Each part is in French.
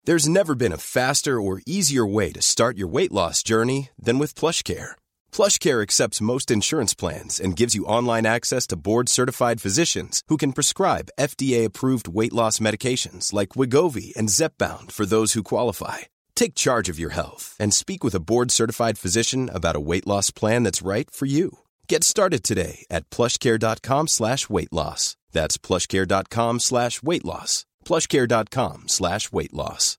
There's never been a faster or easier way to start your weight loss journey than with PlushCare. PlushCare accepts most insurance plans and gives you online access to board-certified physicians who can prescribe FDA-approved weight loss medications like Wegovy and Zepbound for those who qualify. Take charge of your health and speak with a board-certified physician about a weight loss plan that's right for you. Get started today at plushcare.com/weight loss. That's plushcare.com/weight loss. plushcare.com/weight loss.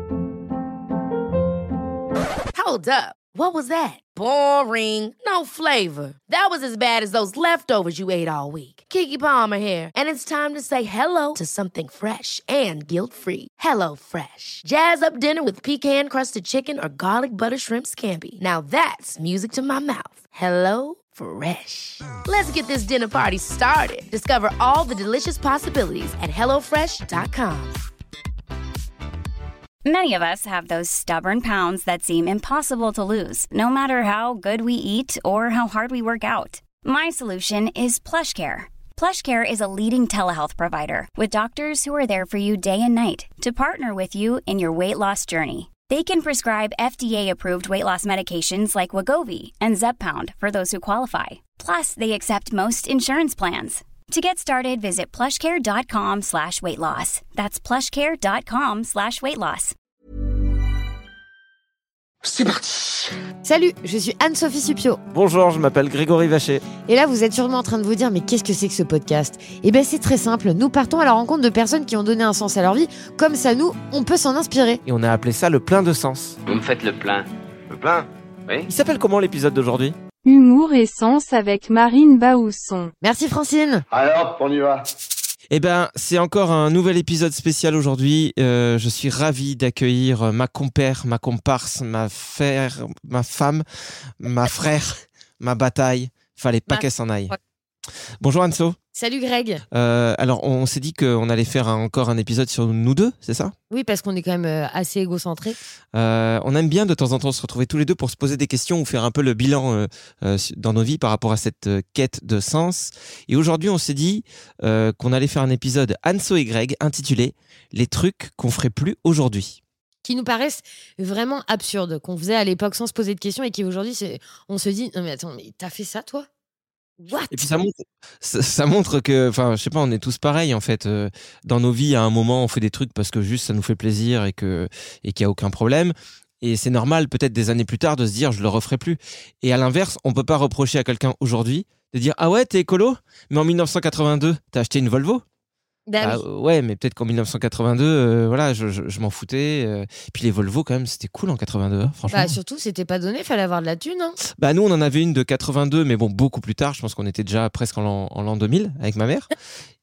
Hold up. What was that? Boring. No flavor. That was as bad as those leftovers you ate all week. Keke Palmer here, and it's time to say hello to something fresh and guilt-free. Hello Fresh. Jazz up dinner with pecan-crusted chicken or garlic butter shrimp scampi. Now that's music to my mouth. Hello Fresh. Let's get this dinner party started. Discover all the delicious possibilities at hellofresh.com. Many of us have those stubborn pounds that seem impossible to lose, no matter how good we eat or how hard we work out. My solution is PlushCare. PlushCare is a leading telehealth provider with doctors who are there for you day and night to partner with you in your weight loss journey. They can prescribe FDA-approved weight loss medications like Wegovy and Zepbound for those who qualify. Plus, they accept most insurance plans. To get started, visit plushcare.com/weight loss. That's plushcare.com/weight loss. C'est parti. Salut, je suis Anne-Sophie Suppiot. Bonjour, je m'appelle Grégory Vacher. Et là, vous êtes sûrement en train de vous dire, mais qu'est-ce que c'est que ce podcast ? Eh bien, c'est très simple. Nous partons à la rencontre de personnes qui ont donné un sens à leur vie. Comme ça, nous, on peut s'en inspirer. Et on a appelé ça le plein de sens. Vous me faites le plein. Le plein ? Oui. Il s'appelle comment l'épisode d'aujourd'hui ? Humour et sens avec Marine Baousson. Merci Francine. Alors, on y va. Eh ben, c'est encore un nouvel épisode spécial aujourd'hui. Je suis ravi d'accueillir ma compère, ma comparse, ma femme, ma frère, ma bataille. Fallait pas qu'elle s'en aille. Bonjour Anso. Salut Greg. Alors, on s'est dit qu'on allait faire encore un épisode sur nous deux, c'est ça ? Oui, parce qu'on est quand même assez égocentrés. On aime bien de temps en temps se retrouver tous les deux pour se poser des questions ou faire un peu le bilan dans nos vies par rapport à cette quête de sens. Et aujourd'hui, on s'est dit qu'on allait faire un épisode Anso et Greg intitulé « Les trucs qu'on ferait plus aujourd'hui ». Qui nous paraissent vraiment absurdes, qu'on faisait à l'époque sans se poser de questions et qui aujourd'hui, on se dit « Non mais attends, mais t'as fait ça toi ? What ?» Et puis ça montre que, enfin, je sais pas, on est tous pareils en fait. Dans nos vies, à un moment, on fait des trucs parce que juste ça nous fait plaisir et qu'il y a aucun problème. Et c'est normal, peut-être des années plus tard, de se dire je le referai plus. Et à l'inverse, on peut pas reprocher à quelqu'un aujourd'hui de dire ah ouais, t'es écolo, mais en 1982, t'as acheté une Volvo. Bah oui. Ouais, mais peut-être qu'en 1982, voilà, je m'en foutais. Puis les Volvo, quand même, c'était cool en 82, hein, franchement. Bah surtout, c'était pas donné, fallait avoir de la thune. Hein. Bah nous, on en avait une de 82, mais bon, beaucoup plus tard. Je pense qu'on était déjà presque en l'an 2000 avec ma mère.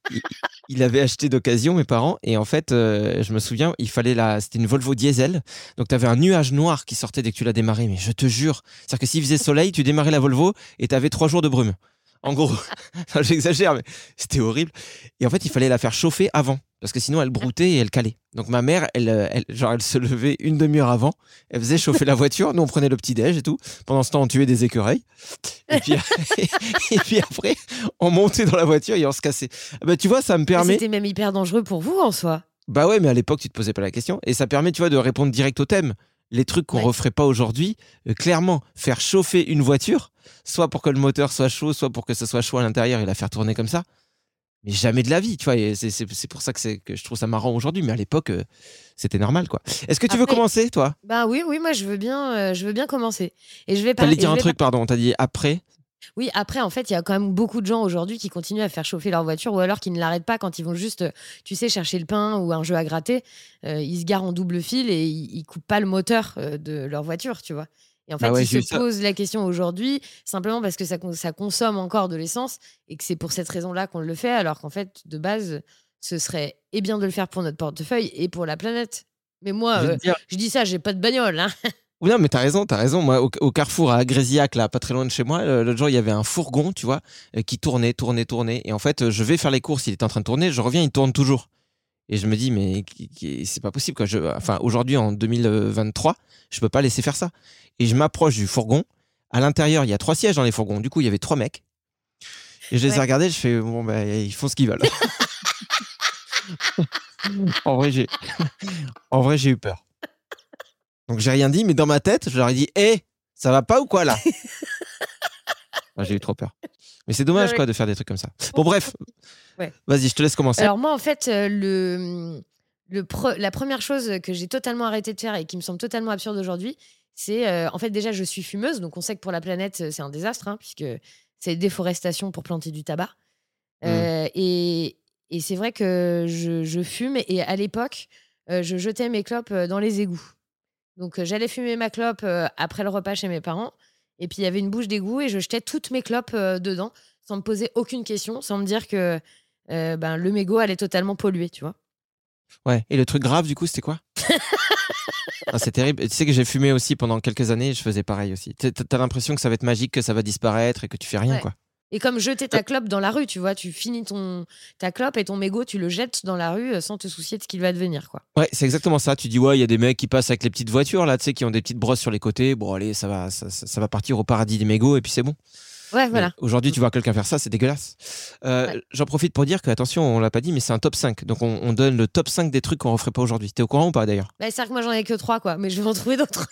Il avait acheté d'occasion, mes parents, et en fait, je me souviens, c'était une Volvo diesel. Donc t'avais un nuage noir qui sortait dès que tu la démarrais, mais je te jure, c'est-à-dire que s'il faisait soleil, tu démarrais la Volvo et t'avais 3 jours de brume. En gros, j'exagère, mais c'était horrible. Et en fait, il fallait la faire chauffer avant, parce que sinon, elle broutait et elle calait. Donc ma mère, elle se levait une demi-heure avant, elle faisait chauffer la voiture, nous on prenait le petit-déj et tout. Pendant ce temps, on tuait des écureuils. Et puis après, on montait dans la voiture et on se cassait. Bah, tu vois, ça me permet... C'était même hyper dangereux pour vous en soi. Bah ouais, mais à l'époque, tu te posais pas la question. Et ça permet, tu vois, de répondre direct au thème. Les trucs qu'on referait pas aujourd'hui, clairement, faire chauffer une voiture, soit pour que le moteur soit chaud, soit pour que ce soit chaud à l'intérieur et la faire tourner comme ça. Mais jamais de la vie, tu vois. Et c'est pour ça que je trouve ça marrant aujourd'hui. Mais à l'époque, c'était normal, quoi. Est-ce que tu veux commencer, toi ? Bah oui, moi je veux bien commencer. Et je vais T'allais dire un truc, pardon. T'as dit après ? Oui, après, en fait, il y a quand même beaucoup de gens aujourd'hui qui continuent à faire chauffer leur voiture ou alors qui ne l'arrêtent pas quand ils vont juste, tu sais, chercher le pain ou un jeu à gratter. Ils se garent en double fil et ils coupent pas le moteur de leur voiture, tu vois. Et en fait, ils se posent la question aujourd'hui simplement parce que ça consomme encore de l'essence et que c'est pour cette raison-là qu'on le fait, alors qu'en fait, de base, ce serait bien de le faire pour notre portefeuille et pour la planète. Mais moi, je dis ça, j'ai pas de bagnole, hein. Non, mais t'as raison. Moi, au Carrefour à Agrésiac, là, pas très loin de chez moi, l'autre jour, il y avait un fourgon, tu vois, qui tournait. Et en fait, je vais faire les courses, il est en train de tourner, je reviens, il tourne toujours. Et je me dis, mais c'est pas possible, quoi. Enfin, aujourd'hui, en 2023, je peux pas laisser faire ça. Et je m'approche du fourgon. À l'intérieur, il y a 3 sièges dans les fourgons. Du coup, il y avait 3 mecs. Et je les ai regardés, je fais, bon, bah, ils font ce qu'ils veulent. En vrai, j'ai eu peur. Donc, j'ai rien dit, mais dans ma tête, je leur ai dit, hé, ça va pas ou quoi, là? J'ai eu trop peur. Mais c'est dommage, quoi, de faire des trucs comme ça. Bon, bref. Ouais. Vas-y, je te laisse commencer. Alors moi, en fait, la première chose que j'ai totalement arrêté de faire et qui me semble totalement absurde aujourd'hui, c'est, en fait, déjà, je suis fumeuse, donc on sait que pour la planète, c'est un désastre, hein, puisque c'est déforestation pour planter du tabac. Et c'est vrai que je fume, et à l'époque, je jetais mes clopes dans les égouts. Donc, j'allais fumer ma clope après le repas chez mes parents, et puis il y avait une bouche d'égout, et je jetais toutes mes clopes dedans, sans me poser aucune question, sans me dire que le mégot allait totalement polluer, tu vois. Ouais, et le truc grave, du coup, c'était quoi? C'est terrible. Tu sais que j'ai fumé aussi pendant quelques années, et je faisais pareil aussi. T'as l'impression que ça va être magique, que ça va disparaître et que tu fais rien, quoi. Et comme jeter ta clope dans la rue, tu vois, tu finis ta clope et ton mégot, tu le jettes dans la rue sans te soucier de ce qu'il va devenir, quoi. Ouais, c'est exactement ça. Tu dis, ouais, il y a des mecs qui passent avec les petites voitures, là, tu sais, qui ont des petites brosses sur les côtés. Bon, allez, ça va partir au paradis des mégots, et puis c'est bon. Ouais, voilà. Aujourd'hui, tu vois quelqu'un faire ça, c'est dégueulasse. J'en profite pour dire que, attention, on l'a pas dit, mais c'est un top 5. Donc, on donne le top 5 des trucs qu'on referait pas aujourd'hui. T'es au courant ou pas, d'ailleurs? C'est-à-dire que moi, j'en ai que 3, quoi, mais je vais en trouver d'autres.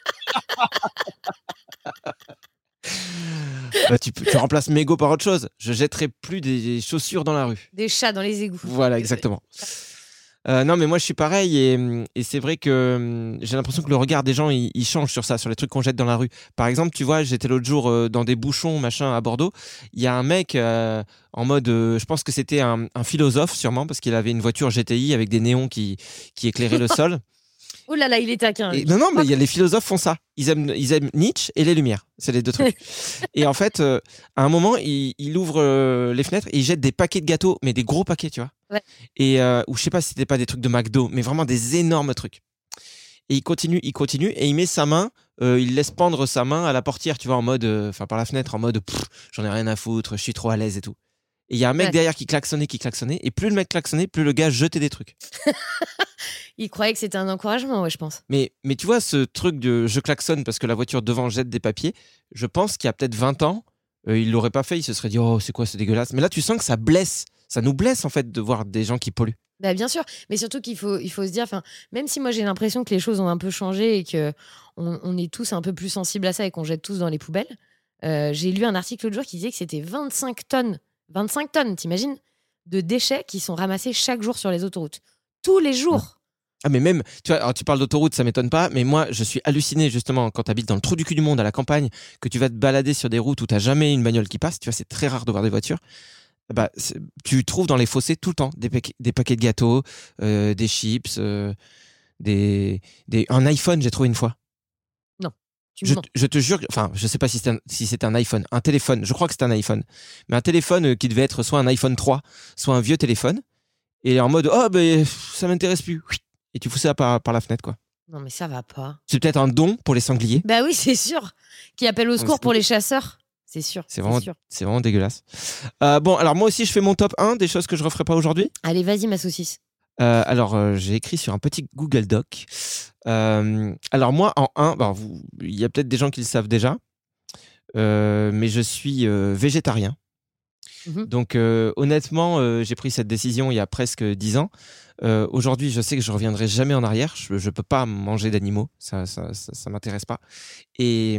Tu remplaces mégot par autre chose. Je jetterai plus des chaussures dans la rue. Des chats dans les égouts. Voilà, exactement. Non, mais moi, je suis pareil, et c'est vrai que j'ai l'impression que le regard des gens, il change sur ça, sur les trucs qu'on jette dans la rue. Par exemple, tu vois, j'étais l'autre jour dans des bouchons, machin, à Bordeaux. Il y a un mec en mode, je pense que c'était un philosophe, sûrement, parce qu'il avait une voiture GTI avec des néons qui éclairaient le sol. Oh là là, il est taquin. Non, mais les philosophes font ça. Ils aiment Nietzsche et les lumières. C'est les deux trucs. Et en fait, à un moment, il ouvre les fenêtres et il jette des paquets de gâteaux, mais des gros paquets, tu vois. Ouais. Et ou je sais pas si c'était pas des trucs de McDo, mais vraiment des énormes trucs. Et il continue, et il met sa main, il laisse pendre sa main à la portière, tu vois, en mode, par la fenêtre, en mode, j'en ai rien à foutre, je suis trop à l'aise et tout. Et il y a un mec derrière qui klaxonnait, et plus le mec klaxonnait, plus le gars jetait des trucs. Il croyait que c'était un encouragement, ouais, je pense. Mais tu vois, ce truc de je klaxonne parce que la voiture devant jette des papiers, je pense qu'il y a peut-être 20 ans, il l'aurait pas fait, il se serait dit, oh, c'est quoi, c'est dégueulasse. Mais là, tu sens que ça blesse. Ça nous blesse, en fait, de voir des gens qui polluent. Bah, bien sûr, mais surtout il faut se dire, même si moi j'ai l'impression que les choses ont un peu changé et qu'on est tous un peu plus sensibles à ça et qu'on jette tous dans les poubelles, j'ai lu un article l'autre jour qui disait que c'était 25 tonnes, t'imagines, de déchets qui sont ramassés chaque jour sur les autoroutes. Tous les jours. Ah, mais même, tu vois, alors tu parles d'autoroute, ça m'étonne pas, mais moi, je suis halluciné, justement, quand tu habites dans le trou du cul du monde, à la campagne, que tu vas te balader sur des routes où tu n'as jamais une bagnole qui passe, tu vois, c'est très rare de voir des voitures. Tu trouves dans les fossés tout le temps des paquets de gâteaux, des chips, un iPhone, j'ai trouvé une fois. Non. Je te jure, je sais pas si c'était un iPhone, un téléphone, je crois que c'était un iPhone, mais un téléphone qui devait être soit un iPhone 3, soit un vieux téléphone, et en mode, oh, ça m'intéresse plus. Et tu fous ça par la fenêtre, quoi. Non, mais ça va pas. C'est peut-être un don pour les sangliers. Bah oui, c'est sûr. Qui appelle au secours pour les chasseurs. C'est sûr. C'est vraiment dégueulasse. Bon, alors moi aussi, je fais mon top 1 des choses que je referai pas aujourd'hui. Allez, vas-y, ma saucisse. J'ai écrit sur un petit Google Doc. Alors moi, en 1, il y a peut-être des gens qui le savent déjà, mais je suis végétarien. Donc honnêtement, j'ai pris cette décision il y a presque 10 ans. Aujourd'hui, je sais que je reviendrai jamais en arrière. Je peux pas manger d'animaux, ça m'intéresse pas. Et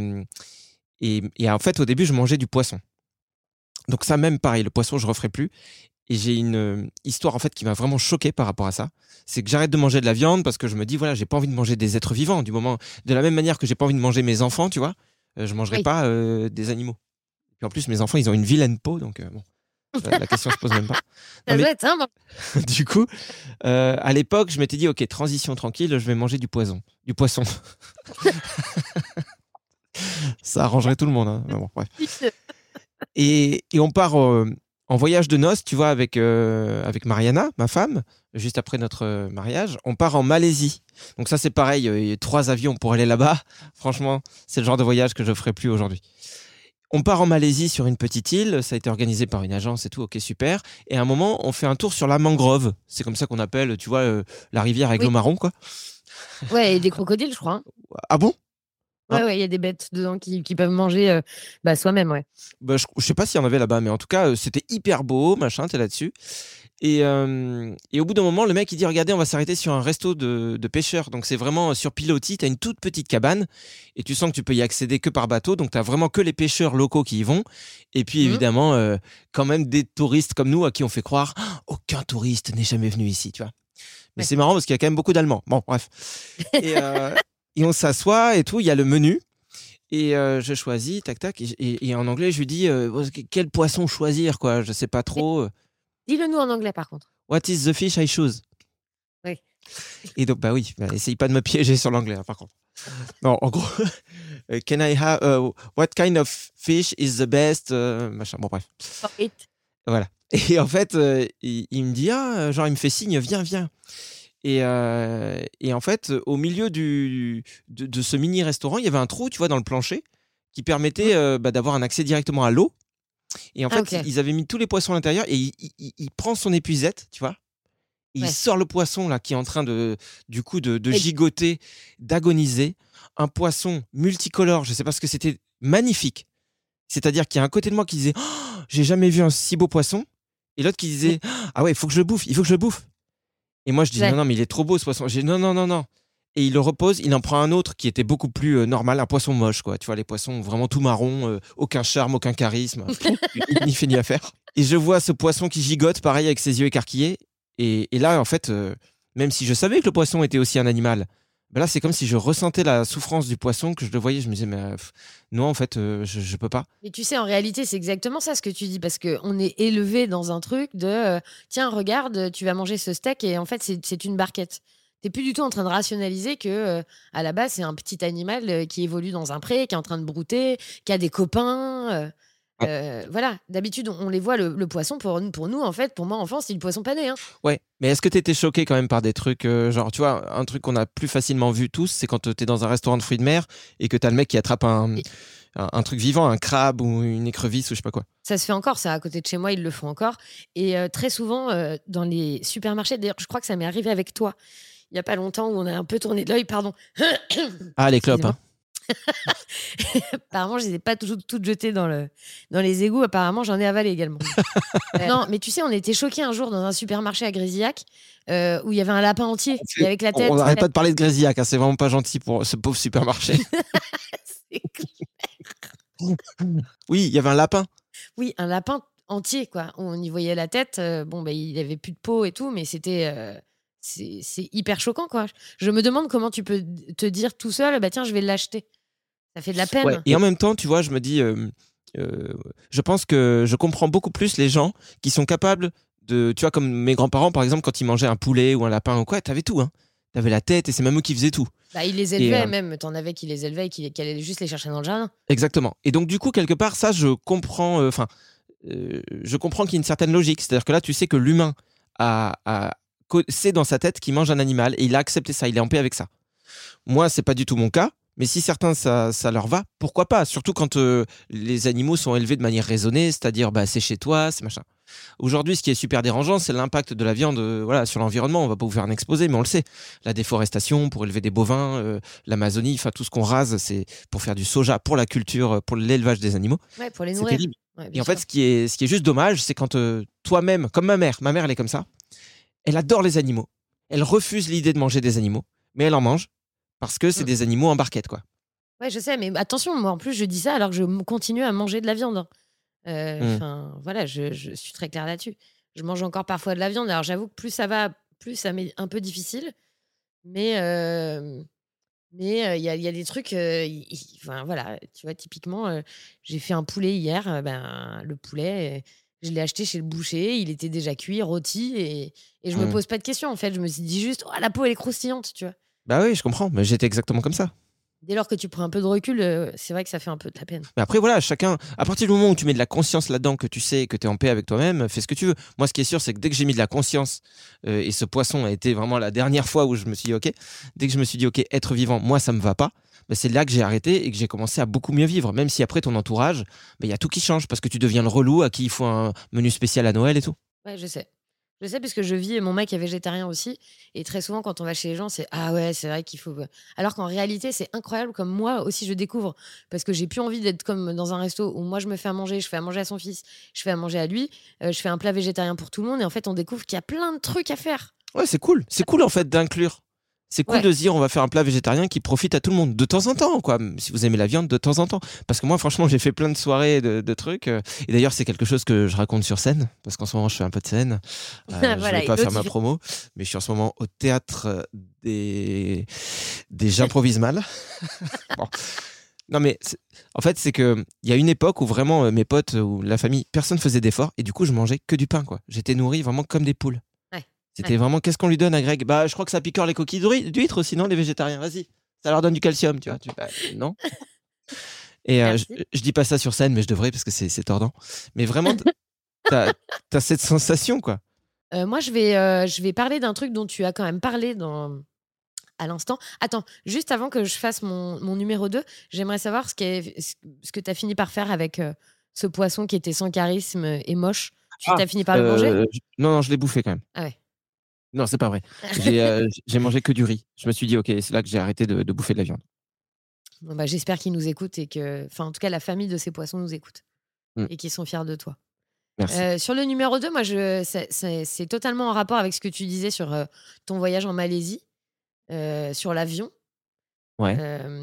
en fait, au début, je mangeais du poisson. Donc ça, même pareil, le poisson, je referai plus. Et j'ai une histoire en fait qui m'a vraiment choqué par rapport à ça. C'est que j'arrête de manger de la viande parce que je me dis voilà, j'ai pas envie de manger des êtres vivants. Du moment, de la même manière que j'ai pas envie de manger mes enfants, tu vois, je mangerai pas des animaux. Puis en plus, mes enfants, ils ont une vilaine peau, donc bon. La question se pose même pas. Ça doit être, hein, Du coup, à l'époque, je m'étais dit, ok, transition tranquille, je vais manger du poisson. Ça arrangerait tout le monde. Hein. Bon, bref. Et on part en voyage de noces, tu vois, avec Mariana, ma femme, juste après notre mariage. On part en Malaisie. Donc ça, c'est pareil, il y a 3 avions pour aller là-bas. Franchement, c'est le genre de voyage que je ne ferai plus aujourd'hui. On part en Malaisie sur une petite île, ça a été organisé par une agence et tout, ok, super. Et à un moment, on fait un tour sur la mangrove. C'est comme ça qu'on appelle, tu vois, la rivière avec l'eau marron, quoi. Ouais, et des crocodiles, je crois. Hein. Ah bon ? Hein. Ouais, il y a des bêtes dedans qui peuvent manger soi-même, ouais. Bah, je sais pas s'il y en avait là-bas, mais en tout cas, c'était hyper beau, machin, t'es là-dessus. Et au bout d'un moment, le mec, il dit, regardez, on va s'arrêter sur un resto de pêcheurs. Donc, c'est vraiment sur pilotis, t'as une toute petite cabane et tu sens que tu peux y accéder que par bateau. Donc, t'as vraiment que les pêcheurs locaux qui y vont. Et puis, évidemment, quand même des touristes comme nous à qui on fait croire, aucun touriste n'est jamais venu ici, tu vois. Mais c'est marrant parce qu'il y a quand même beaucoup d'Allemands. Bon, bref. Et on s'assoit et tout, il y a le menu. Et je choisis, tac, tac. Et en anglais, je lui dis, quel poisson choisir, quoi. Je sais pas trop. Dis-le nous en anglais, par contre. What is the fish I choose? Oui. Et donc, bah oui, essaye pas de me piéger sur l'anglais, hein, par contre. Non, en gros, can I have, what kind of fish is the best? Machin, bon, bref. Voilà. Et en fait, il me dit, genre, il me fait signe, viens. Et en fait, au milieu de ce mini-restaurant, il y avait un trou, tu vois, dans le plancher, qui permettait d'avoir un accès directement à l'eau. Et en fait, ils avaient mis tous les poissons à l'intérieur et il prend son épuisette, tu vois. Et il sort le poisson là qui est en train de gigoter, d'agoniser. Un poisson multicolore, je sais pas ce que c'était, magnifique. C'est-à-dire qu'il y a un côté de moi qui disait j'ai jamais vu un si beau poisson. Et l'autre qui disait ah ouais, il faut que je le bouffe. Et moi je dis non, mais il est trop beau ce poisson. J'ai non. Et il le repose, il en prend un autre qui était beaucoup plus normal, un poisson moche, quoi. Tu vois, les poissons vraiment tout marron, aucun charme, aucun charisme, ni fait ni à faire. Et je vois ce poisson qui gigote, pareil, avec ses yeux écarquillés. Et là, en fait, même si je savais que le poisson était aussi un animal, ben là, c'est comme si je ressentais la souffrance du poisson, que je le voyais. Je me disais, mais non, en fait, je peux pas. Et tu sais, en réalité, c'est exactement ça ce que tu dis, parce qu'on est élevé dans un truc de tiens, regarde, tu vas manger ce steak, et en fait, c'est une barquette. T'es plus du tout en train de rationaliser que à la base c'est un petit animal qui évolue dans un pré, qui est en train de brouter, qui a des copains. Voilà, d'habitude on les voit le poisson pour nous en fait, pour moi enfant c'est le poisson pané. Hein. Ouais, mais est-ce que t'étais choqué quand même par des trucs genre tu vois un truc qu'on a plus facilement vu tous, c'est quand t'es dans un restaurant de fruits de mer et que t'as le mec qui attrape un truc vivant, un crabe ou une écrevisse ou je sais pas quoi. Ça se fait encore, ça, à côté de chez moi, ils le font encore. Et très souvent, dans les supermarchés, d'ailleurs, je crois que ça m'est arrivé avec toi, il n'y a pas longtemps, où on a un peu tourné de l'œil, pardon. Ah, les clopes, hein. Apparemment, je les ai pas toutes jetées dans les égouts. Apparemment, j'en ai avalé également. Non, mais tu sais, on était choqués un jour dans un supermarché à Grésillac où il y avait un lapin entier et avec la tête. On n'arrête pas de parler de Grésillac, hein, c'est vraiment pas gentil pour ce pauvre supermarché. C'est clair. Oui, il y avait un lapin. Oui, un lapin entier, quoi. On y voyait la tête. Bon, il avait plus de peau et tout, mais c'était. C'est hyper choquant, quoi. Je me demande comment tu peux te dire tout seul, bah tiens, je vais l'acheter. Ça fait de la peine. Ouais. Et en même temps, tu vois, je me dis, je pense que je comprends beaucoup plus les gens qui sont capables de, tu vois, comme mes grands-parents, par exemple, quand ils mangeaient un poulet ou un lapin ou quoi, t'avais tout, hein. T'avais la tête et c'est même eux qui faisaient tout. Bah, ils les élevaient même. T'en avais qui les élevaient et qui allaient juste les chercher dans le jardin. Exactement. Et donc, du coup, quelque part, ça, je comprends, je comprends qu'il y a une certaine logique. C'est-à-dire que là, tu sais que l'humain c'est dans sa tête qu'il mange un animal et il a accepté ça, il est en paix avec ça. Moi, c'est pas du tout mon cas, mais si certains ça leur va, pourquoi pas? Surtout quand les animaux sont élevés de manière raisonnée, c'est-à-dire c'est chez toi, c'est machin. Aujourd'hui, ce qui est super dérangeant, c'est l'impact de la viande sur l'environnement. On va pas vous faire un exposé, mais on le sait. La déforestation pour élever des bovins, l'Amazonie, enfin tout ce qu'on rase, c'est pour faire du soja, pour la culture, pour l'élevage des animaux. Ouais, pour les c'est nourrir. terrible. Ouais, et en fait, ce qui est juste dommage, c'est quand toi-même, comme ma mère elle est comme ça. Elle adore les animaux. Elle refuse l'idée de manger des animaux, mais elle en mange parce que c'est des animaux en barquette, quoi. Ouais, je sais, mais attention, moi en plus je dis ça alors que je continue à manger de la viande. Voilà, je suis très claire là-dessus. Je mange encore parfois de la viande. Alors j'avoue que plus ça va, plus ça m'est un peu difficile. Mais il y a des trucs. Voilà, tu vois, typiquement, j'ai fait un poulet hier. Le poulet. Je l'ai acheté chez le boucher, il était déjà cuit, rôti, et je me pose pas de questions en fait. Je me suis dit juste, la peau elle est croustillante, tu vois. Bah oui, je comprends, mais j'étais exactement comme ça. Dès lors que tu prends un peu de recul, c'est vrai que ça fait un peu de la peine. Mais après voilà, chacun, à partir du moment où tu mets de la conscience là-dedans, que tu sais que tu es en paix avec toi-même, fais ce que tu veux. Moi, ce qui est sûr, c'est que dès que j'ai mis de la conscience, et ce poisson a été vraiment la dernière fois où je me suis dit ok, dès que je me suis dit ok, être vivant, moi ça me va pas. C'est là que j'ai arrêté et que j'ai commencé à beaucoup mieux vivre. Même si après ton entourage, y a tout qui change parce que tu deviens le relou à qui il faut un menu spécial à Noël et tout. Ouais, je sais. Je sais parce que je vis et mon mec est végétarien aussi. Et très souvent, quand on va chez les gens, c'est ah ouais, c'est vrai qu'il faut. Alors qu'en réalité, c'est incroyable comme moi aussi je découvre parce que j'ai plus envie d'être comme dans un resto où moi je me fais à manger, je fais à manger à son fils, je fais à manger à lui, je fais un plat végétarien pour tout le monde et en fait, on découvre qu'il y a plein de trucs à faire. Ouais, c'est cool. C'est cool en fait d'inclure. C'est cool Ouais. de se dire on va faire un plat végétarien qui profite à tout le monde de temps en temps, quoi. Si vous aimez la viande, de temps en temps. Parce que moi, franchement, j'ai fait plein de soirées de trucs. Et d'ailleurs, c'est quelque chose que je raconte sur scène, parce qu'en ce moment, je fais un peu de scène. Je Voilà, vais pas et faire l'autre, ma il fait- promo, mais je suis en ce moment au théâtre des J'improvises mal. Bon. Non, mais en fait, c'est que il y a une époque où vraiment mes potes ou la famille, personne faisait d'efforts, et du coup, je mangeais que du pain, quoi. J'étais nourri vraiment comme des poules. Ouais. C'était vraiment, qu'est-ce qu'on lui donne à Greg? Bah, je crois que ça picore les coquilles d'huîtres aussi, non, les végétariens? Vas-y, ça leur donne du calcium, tu vois. Bah, non. Et je, Merci. je dis pas ça sur scène, mais je devrais parce que c'est tordant. Mais vraiment, t'as cette sensation, quoi. Moi, je vais parler d'un truc dont tu as quand même parlé à l'instant. Attends, juste avant que je fasse mon numéro 2, j'aimerais savoir ce que tu as fini par faire avec ce poisson qui était sans charisme et moche. Tu Ah, as fini par le manger? non, je l'ai bouffé quand même. Ah ouais. Non, c'est pas vrai. J'ai mangé que du riz. Je me suis dit, ok, c'est là que j'ai arrêté de bouffer de la viande. Bon, bah, j'espère qu'ils nous écoutent et que, enfin, en tout cas, la famille de ces poissons nous écoute Mm. et qu'ils sont fiers de toi. Merci. Sur le numéro 2, moi, c'est totalement en rapport avec ce que tu disais sur ton voyage en Malaisie, sur l'avion. Ouais.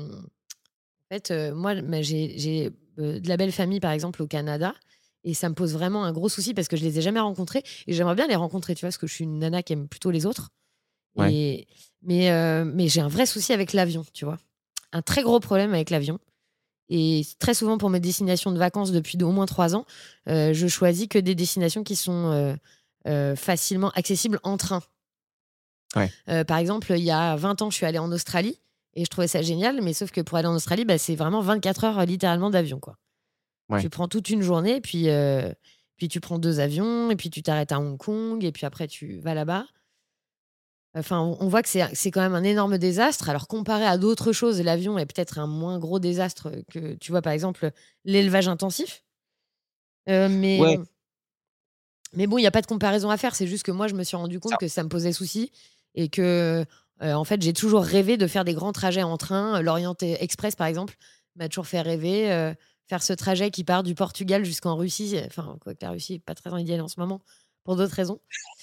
En fait, moi, j'ai de la belle famille, par exemple, au Canada. Et ça me pose vraiment un gros souci parce que je les ai jamais rencontrés. Et j'aimerais bien les rencontrer, tu vois, parce que je suis une nana qui aime plutôt les autres. Ouais. Mais j'ai un vrai souci avec l'avion, tu vois. Un très gros problème avec l'avion. Et très souvent, pour mes destinations de vacances depuis au moins 3 ans, je choisis que des destinations qui sont facilement accessibles en train. Ouais. Par exemple, il y a 20 ans, je suis allée en Australie et je trouvais ça génial, mais sauf que pour aller en Australie, bah, c'est vraiment 24 heures littéralement d'avion, quoi. Ouais. Tu prends toute une journée, puis tu prends 2 avions, et puis tu t'arrêtes à Hong Kong, et puis après tu vas là-bas. Enfin, on voit que c'est quand même un énorme désastre. Alors, comparé à d'autres choses, l'avion est peut-être un moins gros désastre que, tu vois, par exemple, l'élevage intensif. Mais, Ouais. mais bon, il n'y a pas de comparaison à faire. C'est juste que moi, je me suis rendu compte que ça me posait souci et que, en fait, j'ai toujours rêvé de faire des grands trajets en train. L'Orient Express, par exemple, m'a toujours fait rêver. Faire ce trajet qui part du Portugal jusqu'en Russie. Enfin, quoi que la Russie n'est pas très envie d'y aller en ce moment, pour d'autres raisons.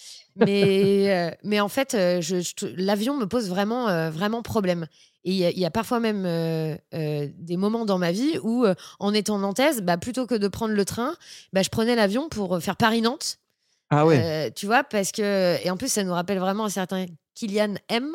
Mais en fait, l'avion me pose vraiment problème. Et il y a parfois même des moments dans ma vie où, en étant nantaise, bah, plutôt que de prendre le train, bah, je prenais l'avion pour faire Paris-Nantes. Ah ouais. Tu vois, parce que. Et en plus, ça nous rappelle vraiment un certain Kylian M.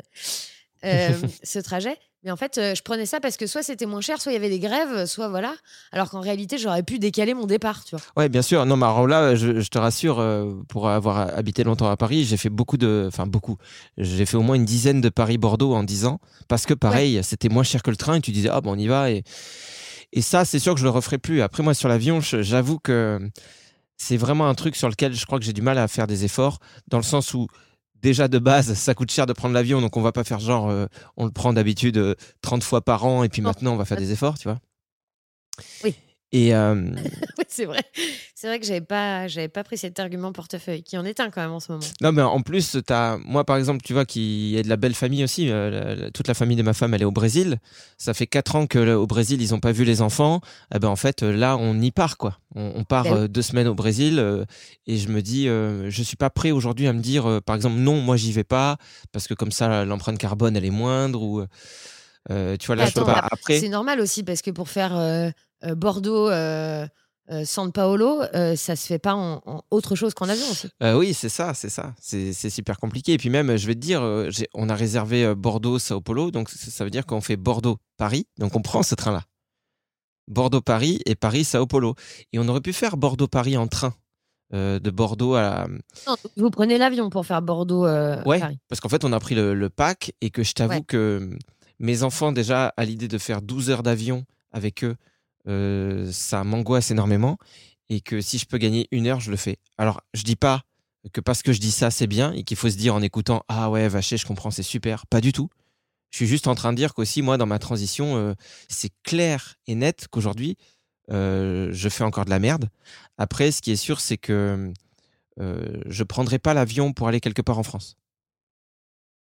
Ce trajet. Mais en fait, je prenais ça parce que soit c'était moins cher, soit il y avait des grèves, soit voilà. Alors qu'en réalité, j'aurais pu décaler mon départ, tu vois. Ouais, bien sûr. Non, mais alors là, je te rassure, pour avoir habité longtemps à Paris, j'ai fait beaucoup. J'ai fait au moins une dizaine de Paris-Bordeaux en 10 ans. Parce que pareil, c'était moins cher que le train et tu disais, ah bon, on y va. Et ça, c'est sûr que je le referai plus. Après, moi, sur l'avion, j'avoue que c'est vraiment un truc sur lequel je crois que j'ai du mal à faire des efforts. Dans le sens où, déjà de base, ça coûte cher de prendre l'avion. Donc, on va pas faire genre, on le prend d'habitude 30 fois par an. Et puis maintenant, on va faire des efforts, tu vois. Oui. Et Oui, c'est vrai. C'est vrai que j'avais pas pris cet argument portefeuille, qui en est un quand même en ce moment. non, mais en plus, moi, par exemple, tu vois, qui est de la belle famille aussi. Toute la famille de ma femme, elle est au Brésil. Ça fait 4 ans qu'au Brésil, ils n'ont pas vu les enfants. Eh ben, en fait, là, on y part, quoi. On part Ben oui. 2 semaines au Brésil. Et je me dis, je suis pas prêt aujourd'hui à me dire, par exemple, non, moi, j'y vais pas. Parce que comme ça, l'empreinte carbone, elle est moindre. Ou, tu vois, là, je peux Attends, pas. Après, c'est normal aussi parce que pour faire Bordeaux, San Paolo, ça se fait pas en autre chose qu'en avion aussi. oui, c'est ça. C'est super compliqué. Et puis même, je vais te dire, on a réservé Bordeaux-Sao Paulo. Donc, ça veut dire qu'on fait Bordeaux-Paris. Donc, on prend ce train-là. Bordeaux-Paris et Paris-Sao Paulo. Et on aurait pu faire Bordeaux-Paris en train. De Bordeaux à... Non, vous prenez l'avion pour faire Bordeaux, Ouais, Paris. parce qu'en fait, on a pris le pack et que je t'avoue Ouais. que mes enfants, déjà, à l'idée de faire 12 heures d'avion avec eux, ça m'angoisse énormément. Et que si je peux gagner 1 heure, je le fais. Alors, je dis pas que parce que je dis ça, c'est bien et qu'il faut se dire en écoutant « Ah ouais, vaché, je comprends, c'est super ». Pas du tout. Je suis juste en train de dire qu'aussi, moi, dans ma transition, c'est clair et net qu'aujourd'hui, je fais encore de la merde. Après, ce qui est sûr, c'est que je prendrai pas l'avion pour aller quelque part en France. Quoi ?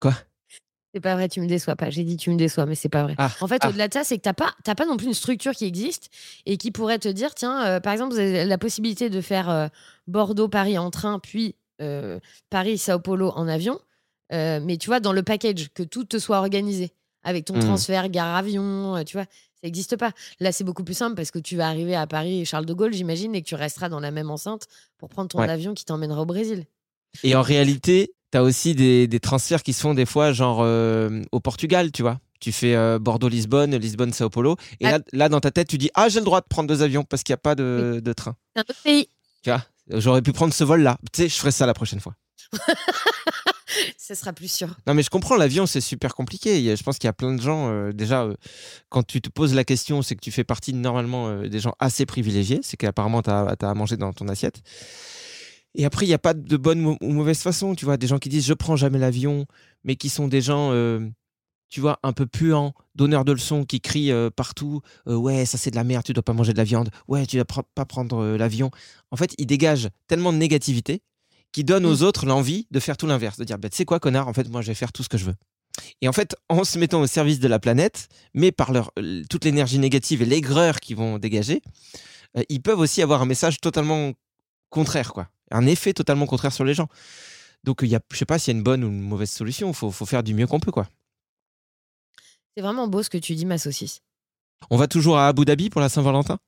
C'est pas vrai, tu me déçois pas. J'ai dit tu me déçois, mais c'est pas vrai. Ah, En fait, au-delà de ça, c'est que t'as pas non plus une structure qui existe et qui pourrait te dire, tiens, par exemple, vous avez la possibilité de faire Bordeaux-Paris en train, puis Paris-Sao Paulo en avion. Mais tu vois, dans le package, que tout te soit organisé avec ton transfert, gare-avion, tu vois, ça n'existe pas. Là, c'est beaucoup plus simple parce que tu vas arriver à Paris Charles de Gaulle, j'imagine, et que tu resteras dans la même enceinte pour prendre ton Ouais. avion qui t'emmènera au Brésil. Et en réalité, tu as aussi des transferts qui se font des fois, genre au Portugal, tu vois. Tu fais Bordeaux-Lisbonne, Lisbonne-Sao Paulo. Et là, dans ta tête, tu dis j'ai le droit de prendre 2 avions parce qu'il n'y a pas de train. C'est un autre pays. Tu vois, j'aurais pu prendre ce vol-là. Tu sais, je ferai ça la prochaine fois. Ce sera plus sûr. Non, mais je comprends, l'avion, c'est super compliqué. Je pense qu'il y a plein de gens, déjà, quand tu te poses la question, c'est que tu fais partie normalement des gens assez privilégiés. C'est qu'apparemment, tu as à manger dans ton assiette. Et après, il n'y a pas de bonne ou mauvaise façon. Tu vois, des gens qui disent je prends jamais l'avion, mais qui sont des gens, tu vois, un peu puants, donneurs de leçons, qui crient partout ouais, ça c'est de la merde, tu dois pas manger de la viande. Ouais, tu dois pas prendre l'avion. En fait, ils dégagent tellement de négativité qui donne aux autres l'envie de faire tout l'inverse, de dire tu sais quoi connard, en fait moi je vais faire tout ce que je veux. Et en fait, en se mettant au service de la planète, mais par toute l'énergie négative et l'aigreur qu'ils vont dégager, ils peuvent aussi avoir un message totalement contraire, quoi. Un effet totalement contraire sur les gens. Donc je sais pas s'il y a une bonne ou une mauvaise solution, faut faire du mieux qu'on peut, quoi. C'est vraiment beau ce que tu dis, ma saucisse. On va toujours à Abu Dhabi pour la Saint-Valentin.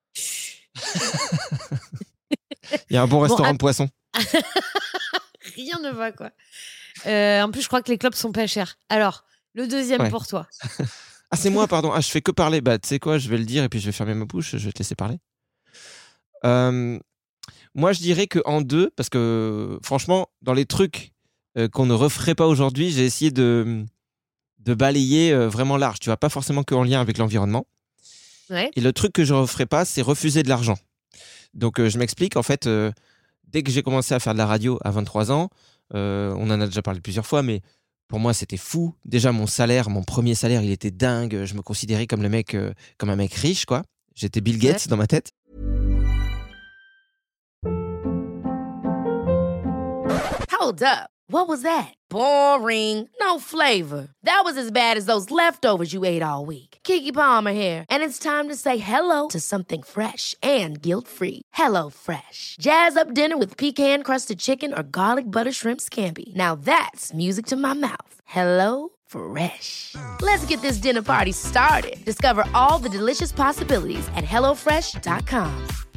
Il y a un bon restaurant de poisson. Rien ne va, quoi. En plus, je crois que les clopes sont pas chères. Alors, le deuxième pour toi. Ah, c'est moi, pardon. Ah, je fais que parler. Bah, tu sais quoi, je vais le dire et puis je vais fermer ma bouche. Je vais te laisser parler. Moi, je dirais qu'en 2, parce que franchement, dans les trucs qu'on ne referait pas aujourd'hui, j'ai essayé de balayer vraiment large. Tu vois, pas forcément qu'en lien avec l'environnement. Ouais. Et le truc que je ne referais pas, c'est refuser de l'argent. Donc, je m'explique. En fait, dès que j'ai commencé à faire de la radio à 23 ans, on en a déjà parlé plusieurs fois, mais pour moi, c'était fou. Déjà, mon premier salaire, il était dingue. Je me considérais comme un mec riche, quoi. J'étais Bill Gates dans ma tête. Hold up. What was that? Boring. No flavor. That was as bad as those leftovers you ate all week. Keke Palmer here, and it's time to say hello to something fresh and guilt-free. Hello Fresh. Jazz up dinner with pecan-crusted chicken or garlic butter shrimp scampi. Now that's music to my mouth. Hello Fresh. Let's get this dinner party started. Discover all the delicious possibilities at hellofresh.com.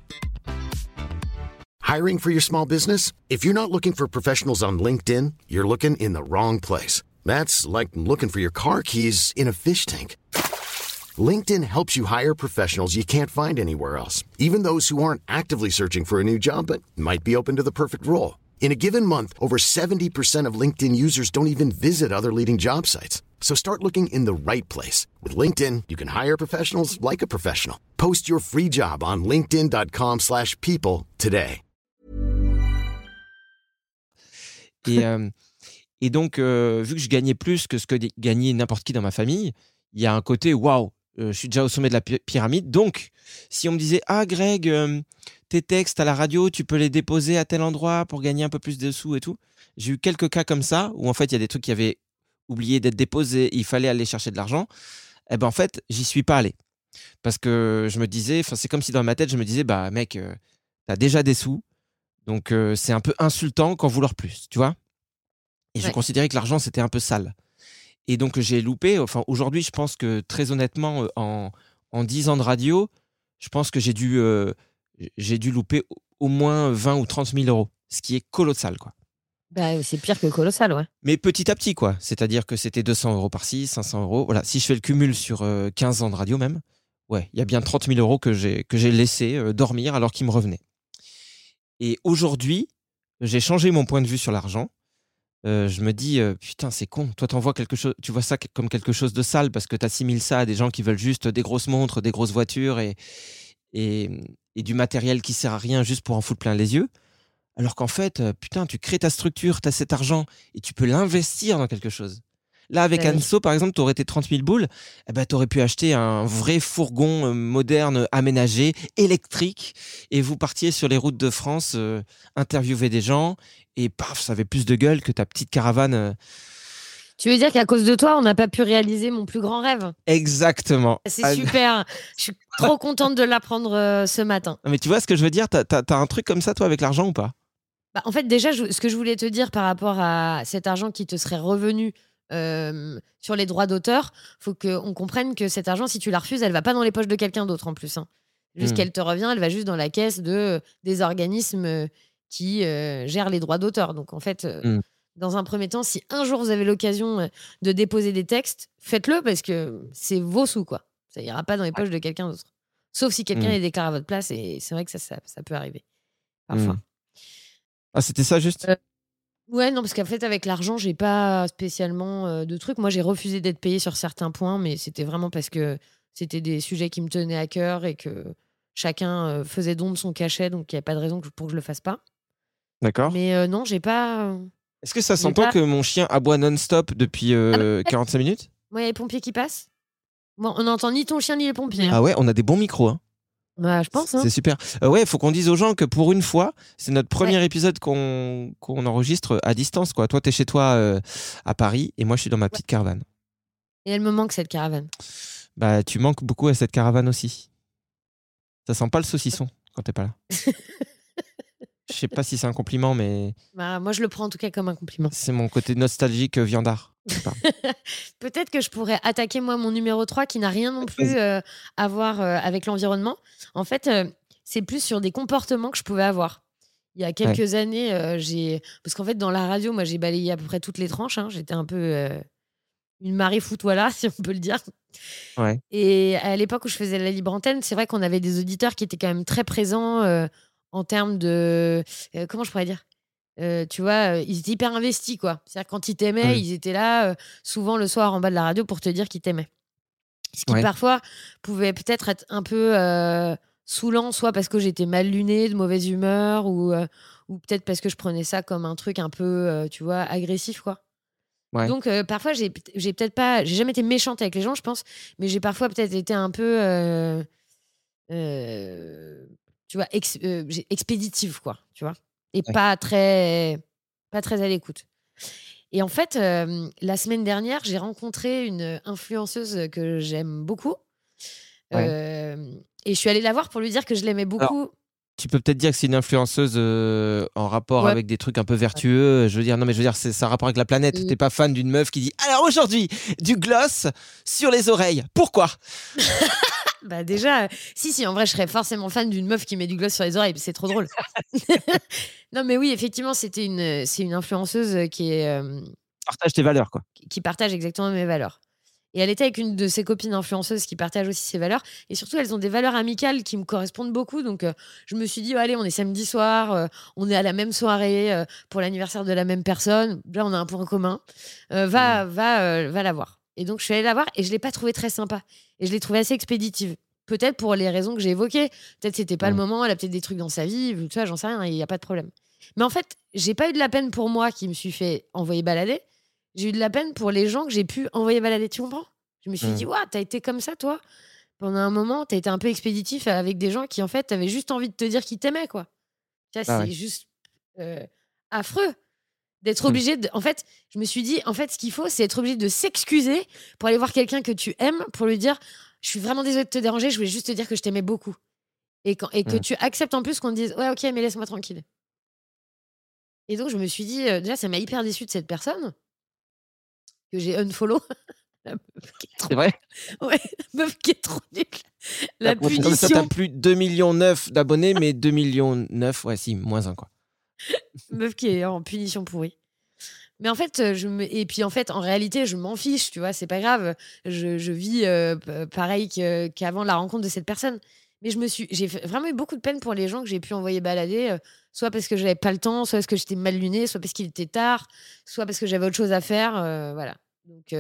Hiring for your small business? If you're not looking for professionals on LinkedIn, you're looking in the wrong place. That's like looking for your car keys in a fish tank. LinkedIn helps you hire professionals you can't find anywhere else, even those who aren't actively searching for a new job but might be open to the perfect role. In a given month, over 70% of LinkedIn users don't even visit other leading job sites. So start looking in the right place. With LinkedIn, you can hire professionals like a professional. Post your free job on linkedin.com/people today. Et donc, vu que je gagnais plus que ce que gagnait n'importe qui dans ma famille, il y a un côté waouh, je suis déjà au sommet de la pyramide. Donc, si on me disait Greg, tes textes à la radio, tu peux les déposer à tel endroit pour gagner un peu plus de sous et tout. J'ai eu quelques cas comme ça où en fait, il y a des trucs qui avaient oublié d'être déposés, il fallait aller chercher de l'argent. Et ben en fait, j'y suis pas allé. Parce que je me disais, c'est comme si dans ma tête, je me disais, bah mec, t'as déjà des sous. Donc, c'est un peu insultant qu'en vouloir plus, tu vois. Et je considérais que l'argent, c'était un peu sale. Et donc, j'ai loupé. Enfin, aujourd'hui, je pense que, très honnêtement, en 10 ans de radio, je pense que j'ai dû louper au moins 20 ou 30 000 euros, ce qui est colossal, quoi. Bah, c'est pire que colossal, ouais. Mais petit à petit, quoi. C'est-à-dire que c'était 200 euros par-ci, 500 euros. Voilà. Si je fais le cumul sur 15 ans de radio même, ouais, il y a bien 30 000 euros que j'ai laissé dormir alors qu'ils me revenaient. Et aujourd'hui, j'ai changé mon point de vue sur l'argent. Je me dis, putain, c'est con. Toi, tu vois ça comme quelque chose de sale parce que tu assimiles ça à des gens qui veulent juste des grosses montres, des grosses voitures et du matériel qui sert à rien juste pour en foutre plein les yeux. Alors qu'en fait, putain, tu crées ta structure, tu as cet argent et tu peux l'investir dans quelque chose. Là, avec Bah oui. Anso, par exemple, t'aurais été 30 000 boules, eh ben, t'aurais pu acheter un vrai fourgon moderne, aménagé, électrique, et vous partiez sur les routes de France, interviewer des gens, et paf, ça avait plus de gueule que ta petite caravane. Tu veux dire qu'à cause de toi, on n'a pas pu réaliser mon plus grand rêve? Exactement. C'est Ah, super. Je suis trop contente de l'apprendre ce matin. mais tu vois ce que je veux dire? T'as un truc comme ça, toi, avec l'argent ou pas? Bah, en fait, déjà, ce que je voulais te dire par rapport à cet argent qui te serait revenu sur les droits d'auteur, faut qu'on comprenne que cet argent, si tu la refuses, elle va pas dans les poches de quelqu'un d'autre en plus. Hein. Juste qu'elle te revient, elle va juste dans la caisse des organismes qui gèrent les droits d'auteur. Donc en fait, dans un premier temps, si un jour vous avez l'occasion de déposer des textes, faites-le parce que c'est vos sous, quoi. Ça ira pas dans les poches de quelqu'un d'autre. Sauf si quelqu'un les déclare à votre place, et c'est vrai que ça peut arriver parfois. Ah, c'était ça juste? Ouais, non, parce qu'en fait, avec l'argent, j'ai pas spécialement de trucs. Moi, j'ai refusé d'être payée sur certains points, mais c'était vraiment parce que c'était des sujets qui me tenaient à cœur et que chacun faisait don de son cachet, donc il n'y a pas de raison pour que je le fasse pas. D'accord. Mais non, j'ai pas. Est-ce que ça s'entend que mon chien aboie non-stop depuis 45 minutes? Ouais, il y a les pompiers qui passent. Bon, on n'entend ni ton chien ni les pompiers. Ah ouais, on a des bons micros, hein. Bah, je pense. Hein. C'est super. Ouais, il faut qu'on dise aux gens que pour une fois, c'est notre premier épisode qu'on enregistre à distance, quoi. Toi, t'es chez toi à Paris et moi, je suis dans ma petite caravane. Et elle me manque, cette caravane. Bah, tu manques beaucoup à cette caravane aussi. Ça sent pas le saucisson quand t'es pas là. Je sais pas si c'est un compliment, mais Bah, moi, je le prends en tout cas comme un compliment. c'est mon côté nostalgique viandard. Peut-être que je pourrais attaquer, moi, mon numéro 3 qui n'a rien non plus à voir avec l'environnement. En fait, c'est plus sur des comportements que je pouvais avoir. Il y a quelques années, parce qu'en fait, dans la radio, moi, j'ai balayé à peu près toutes les tranches. Hein. J'étais un peu une marée foot, voilà, si on peut le dire. Ouais. Et à l'époque où je faisais la libre antenne, c'est vrai qu'on avait des auditeurs qui étaient quand même très présents en termes de... comment je pourrais dire tu vois, ils étaient hyper investis, quoi. C'est-à-dire, quand ils t'aimaient, ils étaient là, souvent le soir en bas de la radio pour te dire qu'ils t'aimaient. Ce qui, parfois, pouvait peut-être être un peu saoulant, soit parce que j'étais mal lunée, de mauvaise humeur, ou peut-être parce que je prenais ça comme un truc un peu, tu vois, agressif, quoi. Ouais. Donc, parfois, j'ai peut-être pas... J'ai jamais été méchante avec les gens, je pense, mais j'ai parfois peut-être été un peu... tu vois, expéditive, quoi, tu vois. Et pas très à l'écoute. Et en fait, la semaine dernière, j'ai rencontré une influenceuse que j'aime beaucoup. Et je suis allée la voir pour lui dire que je l'aimais beaucoup. Alors, tu peux peut-être dire que c'est une influenceuse en rapport avec des trucs un peu vertueux. Je veux dire, non, mais je veux dire, c'est un rapport avec la planète. T'es pas fan d'une meuf qui dit alors aujourd'hui, du gloss sur les oreilles. Pourquoi? Bah déjà, si, en vrai, je serais forcément fan d'une meuf qui met du gloss sur les oreilles. C'est trop drôle. Non, mais oui, effectivement, c'est une influenceuse qui est... Partage tes valeurs, quoi. Qui partage exactement mes valeurs. Et elle était avec une de ses copines influenceuses qui partagent aussi ses valeurs. Et surtout, elles ont des valeurs amicales qui me correspondent beaucoup. Donc, je me suis dit, allez, on est samedi soir, on est à la même soirée pour l'anniversaire de la même personne. Là, on a un point commun. Va la voir. Et donc, je suis allée la voir et je ne l'ai pas trouvée très sympa. Et je l'ai trouvée assez expéditive. Peut-être pour les raisons que j'ai évoquées. Peut-être que c'était pas le moment, elle a peut-être des trucs dans sa vie, tu vois, j'en sais rien, il n'y a pas de problème. Mais en fait, j'ai pas eu de la peine pour moi qui me suis fait envoyer balader. J'ai eu de la peine pour les gens que j'ai pu envoyer balader, tu comprends? Je me suis dit, ouah, t'as été comme ça, toi? Pendant un moment, t'as été un peu expéditif avec des gens qui, en fait, avaient juste envie de te dire qu'ils t'aimaient, quoi. Tu vois, c'est juste affreux d'être obligé de... En fait, je me suis dit, en fait, ce qu'il faut, c'est être obligé de s'excuser pour aller voir quelqu'un que tu aimes, pour lui dire, je suis vraiment désolée de te déranger, je voulais juste te dire que je t'aimais beaucoup. Et que tu acceptes en plus qu'on te dise, ouais, ok, mais laisse-moi tranquille. Et donc, je me suis dit, déjà, ça m'a hyper déçue de cette personne, que j'ai unfollow. C'est vrai? Ouais, la meuf qui est trop nulle. La punition. Comme ça, t'as plus 2,9 millions d'abonnés, mais 2,9 millions, ouais, si, moins 1, quoi. Meuf qui est en punition pourrie. Mais en fait, et puis en fait, en réalité, je m'en fiche, tu vois, c'est pas grave. Je vis pareil qu'avant la rencontre de cette personne. Mais j'ai vraiment eu beaucoup de peine pour les gens que j'ai pu envoyer balader, soit parce que j'avais pas le temps, soit parce que j'étais mal lunée, soit parce qu'il était tard, soit parce que j'avais autre chose à faire, voilà. Donc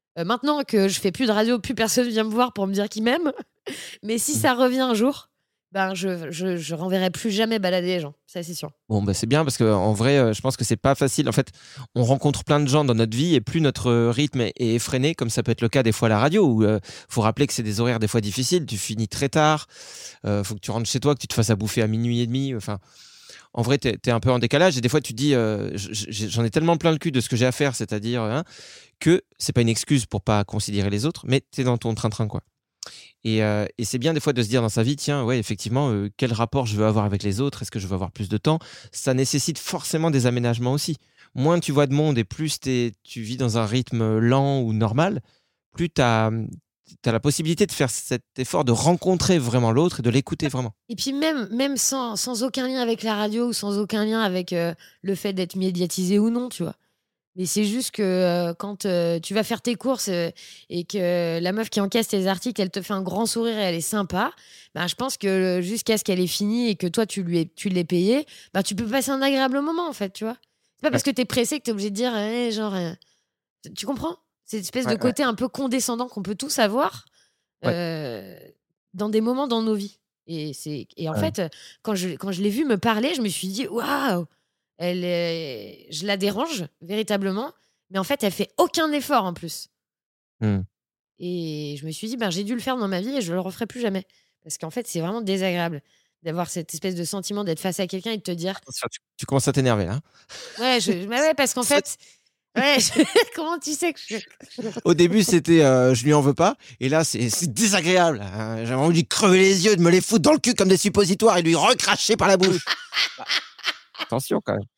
maintenant que je fais plus de radio, plus personne vient me voir pour me dire qu'il m'aime. Mais si ça revient un jour, Ben, je renverrai plus jamais balader les gens, ça c'est sûr. Bon, bah, c'est bien parce qu'en vrai, je pense que c'est pas facile. En fait, on rencontre plein de gens dans notre vie et plus notre rythme est effréné, comme ça peut être le cas des fois à la radio, où faut rappeler que c'est des horaires des fois difficiles. Tu finis très tard, faut que tu rentres chez toi, que tu te fasses à bouffer à minuit et demi. Enfin, en vrai, t'es un peu en décalage et des fois tu te dis, j'en ai tellement plein le cul de ce que j'ai à faire, c'est-à-dire que c'est pas une excuse pour pas considérer les autres, mais t'es dans ton train-train, quoi. Et c'est bien des fois de se dire dans sa vie, tiens, ouais, effectivement, quel rapport je veux avoir avec les autres? Est-ce que je veux avoir plus de temps? Ça nécessite forcément des aménagements aussi. Moins tu vois de monde et plus tu vis dans un rythme lent ou normal, plus tu as la possibilité de faire cet effort de rencontrer vraiment l'autre et de l'écouter vraiment. Et puis même sans aucun lien avec la radio ou sans aucun lien avec le fait d'être médiatisé ou non, tu vois. Mais c'est juste que quand tu vas faire tes courses et que la meuf qui encaisse tes articles, elle te fait un grand sourire et elle est sympa, ben, je pense que jusqu'à ce qu'elle ait fini et que toi, tu l'aies payé, ben, tu peux passer un agréable moment, en fait, tu vois. C'est pas parce que t'es pressé que t'es obligé de dire, tu comprends? C'est une espèce de côté un peu condescendant qu'on peut tous avoir dans des moments dans nos vies. Et en fait, quand je l'ai vue me parler, je me suis dit, waouh! Je la dérange véritablement, mais en fait, elle fait aucun effort en plus. Et je me suis dit, ben, j'ai dû le faire dans ma vie et je le referai plus jamais. Parce qu'en fait, c'est vraiment désagréable d'avoir cette espèce de sentiment d'être face à quelqu'un et de te dire. Tu commences à t'énerver là. Ouais, ouais, parce qu'en fait. Ouais, comment tu sais que Au début, c'était je lui en veux pas. Et là, c'est désagréable. J'avais envie de lui crever les yeux, de me les foutre dans le cul comme des suppositoires et de lui recracher par la bouche. Attention quand même.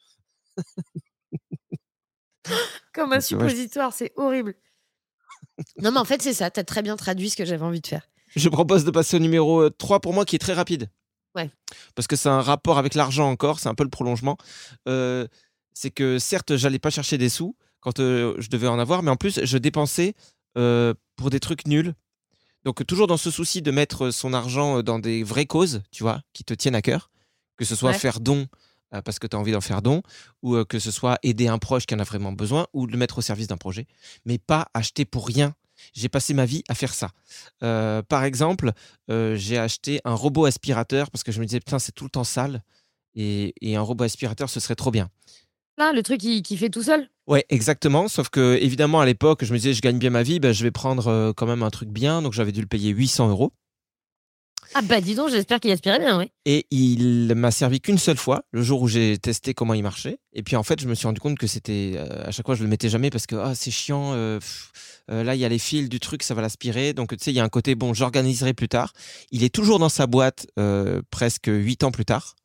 Comme un suppositoire, c'est horrible. Non, mais en fait, c'est ça. Tu as très bien traduit ce que j'avais envie de faire. Je propose de passer au numéro 3 pour moi, qui est très rapide. Ouais. Parce que c'est un rapport avec l'argent encore, c'est un peu le prolongement. C'est que certes, j'allais pas chercher des sous quand je devais en avoir, mais en plus, je dépensais pour des trucs nuls. Donc, toujours dans ce souci de mettre son argent dans des vraies causes, tu vois, qui te tiennent à cœur. Que ce soit faire don parce que tu as envie d'en faire don, ou que ce soit aider un proche qui en a vraiment besoin, ou le mettre au service d'un projet, mais pas acheter pour rien. J'ai passé ma vie à faire ça. Par exemple, j'ai acheté un robot aspirateur parce que je me disais, putain, c'est tout le temps sale, et un robot aspirateur, ce serait trop bien. Là, le truc qui fait tout seul? Ouais, exactement. Sauf que, évidemment, à l'époque, je me disais, je gagne bien ma vie, je vais prendre quand même un truc bien, donc j'avais dû le payer 800 €. Ah bah dis donc, j'espère qu'il aspirait bien, oui. Et il m'a servi qu'une seule fois, le jour où j'ai testé comment il marchait. Et puis en fait, je me suis rendu compte que c'était... à chaque fois, je le mettais jamais parce que c'est chiant, là, il y a les fils du truc, ça va l'aspirer. Donc tu sais, il y a un côté, bon, j'organiserai plus tard. Il est toujours dans sa boîte presque 8 ans plus tard.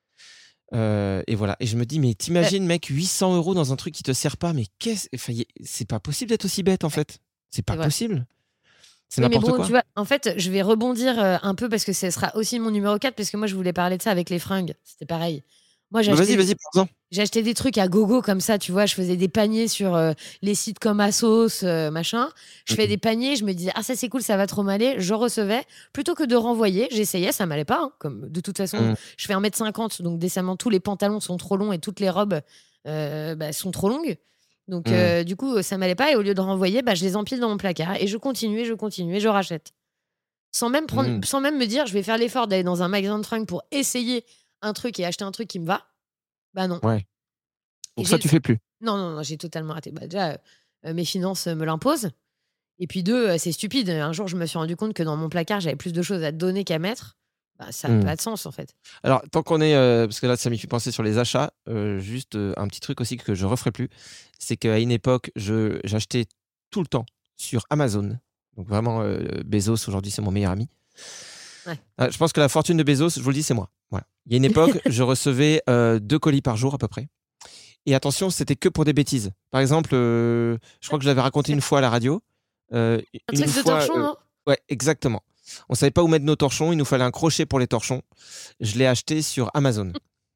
Et voilà. Et je me dis, mais t'imagines, mec, 800 € dans un truc qui te sert pas, mais c'est pas possible d'être aussi bête en fait. C'est pas possible. C'est n'importe quoi. Tu vois, en fait, je vais rebondir un peu parce que ce sera aussi mon numéro 4, parce que moi, je voulais parler de ça avec les fringues. C'était pareil. Moi, vas-y, prends-en. J'ai acheté des trucs à gogo comme ça, tu vois. Je faisais des paniers sur les sites comme Asos, machin. Je fais des paniers, je me disais, ça c'est cool, ça va trop m'aller. Je recevais. Plutôt que de renvoyer, j'essayais, ça m'allait pas. Comme de toute façon, je fais 1m50, donc décemment, tous les pantalons sont trop longs et toutes les robes sont trop longues. Donc, du coup, ça m'allait pas. Et au lieu de renvoyer, je les empile dans mon placard. Et je continue, je rachète. Sans même me dire, je vais faire l'effort d'aller dans un magasin de fringues pour essayer un truc et acheter un truc qui me va. Bah non. Ouais. Pour ça, tu fais plus. Non, j'ai totalement raté. Déjà, mes finances me l'imposent. Et puis 2, c'est stupide. Un jour, je me suis rendu compte que dans mon placard, j'avais plus de choses à donner qu'à mettre. Ça n'a pas de sens, en fait. Alors, tant qu'on est... parce que là, ça m'y fait penser sur les achats. Juste un petit truc aussi que je referai plus. C'est qu'à une époque, j'achetais tout le temps sur Amazon. Donc vraiment, Bezos, aujourd'hui, c'est mon meilleur ami. Ouais. Je pense que la fortune de Bezos, je vous le dis, c'est moi. Voilà. Il y a une époque, je recevais 2 colis par jour à peu près. Et attention, c'était que pour des bêtises. Par exemple, je crois que je l'avais raconté une fois à la radio. Un truc de torchon, non ? Ouais, exactement. On savait pas où mettre nos torchons, il nous fallait un crochet pour les torchons. Je l'ai acheté sur Amazon.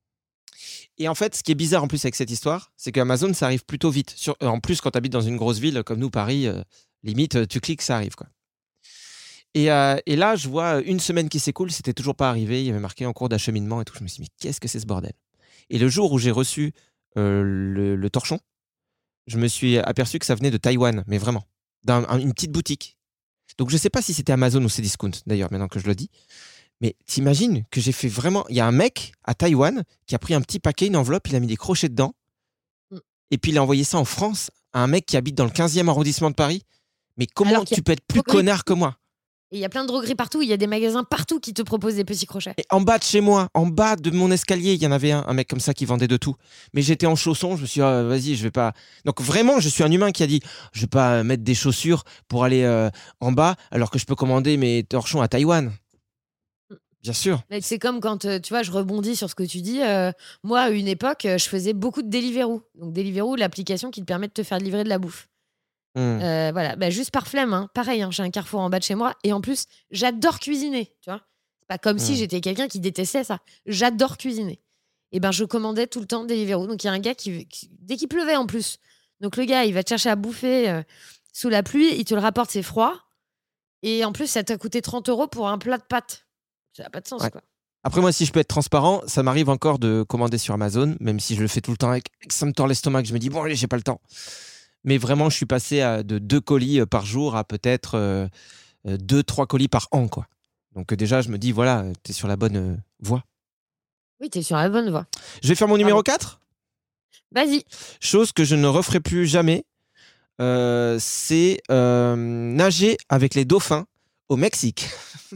Et en fait, ce qui est bizarre en plus avec cette histoire, c'est qu'Amazon, ça arrive plutôt vite. En plus, quand tu habites dans une grosse ville comme nous, Paris, limite, tu cliques, ça arrive, quoi. Et là, je vois une semaine qui s'écoule, c'était toujours pas arrivé. Il y avait marqué en cours d'acheminement et tout. Je me suis dit, mais qu'est-ce que c'est ce bordel ? Et le jour où j'ai reçu le torchon, je me suis aperçu que ça venait de Taïwan, mais vraiment, d'une petite boutique. Donc, je sais pas si c'était Amazon ou Cdiscount, d'ailleurs, maintenant que je le dis. Mais t'imagines que j'ai fait vraiment. Il y a un mec à Taïwan qui a pris un petit paquet, une enveloppe, il a mis des crochets dedans. Mm. Et puis il a envoyé ça en France à un mec qui habite dans le 15e arrondissement de Paris. Mais comment Alors qu'il y tu a peux être plus droguerie connard que moi? Et il y a plein de drogueries partout, il y a des magasins partout qui te proposent des petits crochets. Et en bas de chez moi, en bas de mon escalier, il y en avait un mec comme ça qui vendait de tout. Mais j'étais en chaussons, je me suis dit, vas-y, je vais pas. Donc vraiment, je suis un humain qui a dit, je vais pas mettre des chaussures pour aller en bas, alors que je peux commander mes torchons à Taïwan. Bien sûr. Mais c'est comme quand, tu vois, je rebondis sur ce que tu dis. Moi, à une époque, je faisais beaucoup de Deliveroo. Donc Deliveroo, l'application qui te permet de te faire livrer de la bouffe. Voilà, bah, juste par flemme, hein. Pareil, hein, j'ai un Carrefour en bas de chez moi et en plus, j'adore cuisiner, tu vois. C'est pas comme si j'étais quelqu'un qui détestait ça. J'adore cuisiner. Et ben, je commandais tout le temps Deliveroo. Donc il y a un gars qui dès qu'il pleuvait en plus, donc le gars, il va te chercher à bouffer sous la pluie, il te le rapporte, c'est froid. Et en plus, ça t'a coûté 30 € pour un plat de pâtes. Ça n'a pas de sens, Ouais. quoi. Après, moi, si je peux être transparent, ça m'arrive encore de commander sur Amazon, même si je le fais tout le temps avec ça me tord l'estomac, que je me dis, bon, allez, j'ai pas le temps. Mais vraiment, je suis passé de 2 colis par jour à peut-être 2-3 colis par an, quoi. Donc déjà, je me dis, voilà, t'es sur la bonne voie. Oui, t'es sur la bonne voie. Je vais faire mon numéro 4. Vas-y. Chose que je ne referai plus jamais, c'est nager avec les dauphins au Mexique.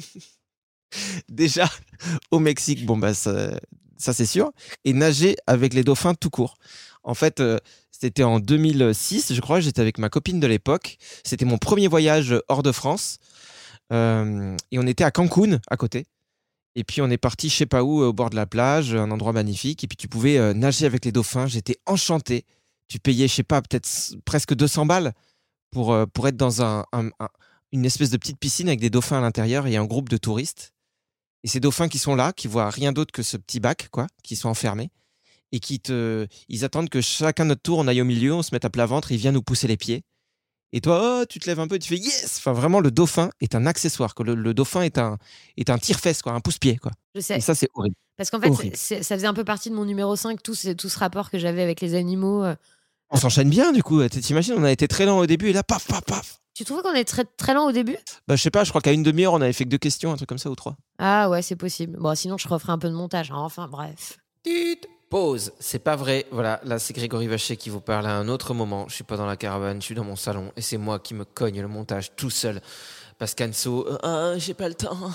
Déjà, au Mexique, bon, bah, ça c'est sûr. Et nager avec les dauphins tout court. En fait, c'était en 2006, je crois, j'étais avec ma copine de l'époque. C'était mon premier voyage hors de France. Et on était à Cancun, à côté. Et puis, on est parti, je sais pas où, au bord de la plage, un endroit magnifique. Et puis, tu pouvais nager avec les dauphins. J'étais enchanté. Tu payais, je sais pas, peut-être presque 200 balles pour être dans une espèce de petite piscine avec des dauphins à l'intérieur et un groupe de touristes. Et ces dauphins qui sont là, qui voient rien d'autre que ce petit bac, quoi, qui sont enfermés. Et ils attendent que chacun notre tour, on aille au milieu, on se mette à plat ventre, il vient nous pousser les pieds. Et toi, tu te lèves un peu, tu fais yes. Enfin, vraiment, le dauphin est un accessoire. Quoi. Le dauphin est un tire-fesse, quoi, un pouce-pied. Quoi. Je sais. Et ça, c'est horrible. Parce qu'en fait, Horrible. ça faisait un peu partie de mon numéro 5, tout ce rapport que j'avais avec les animaux. On s'enchaîne bien, du coup. T'imagines, on a été très lent au début et là, paf, paf, paf. Tu trouvais qu'on est très, très lent au début? Bah, je sais pas, je crois qu'à une demi-heure, on avait fait que 2 questions, un truc comme ça, ou 3. Ah ouais, c'est possible. Bon, sinon, je referai un peu de montage. Hein. Enfin, bref. Pause, c'est pas vrai. Voilà, là c'est Grégory Vacher qui vous parle à un autre moment. Je suis pas dans la caravane, je suis dans mon salon et c'est moi qui me cogne le montage tout seul. Parce qu'Anso, j'ai pas le temps.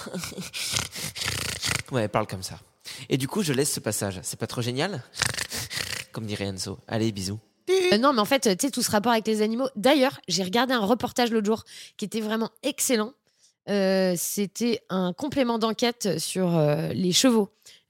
Ouais, elle parle comme ça. Et du coup, je laisse ce passage. C'est pas trop génial? Comme dirait Anso. Allez, bisous. Non, mais en fait, tu sais, tout ce rapport avec les animaux. D'ailleurs, j'ai regardé un reportage l'autre jour qui était vraiment excellent. C'était un complément d'enquête sur les chevaux,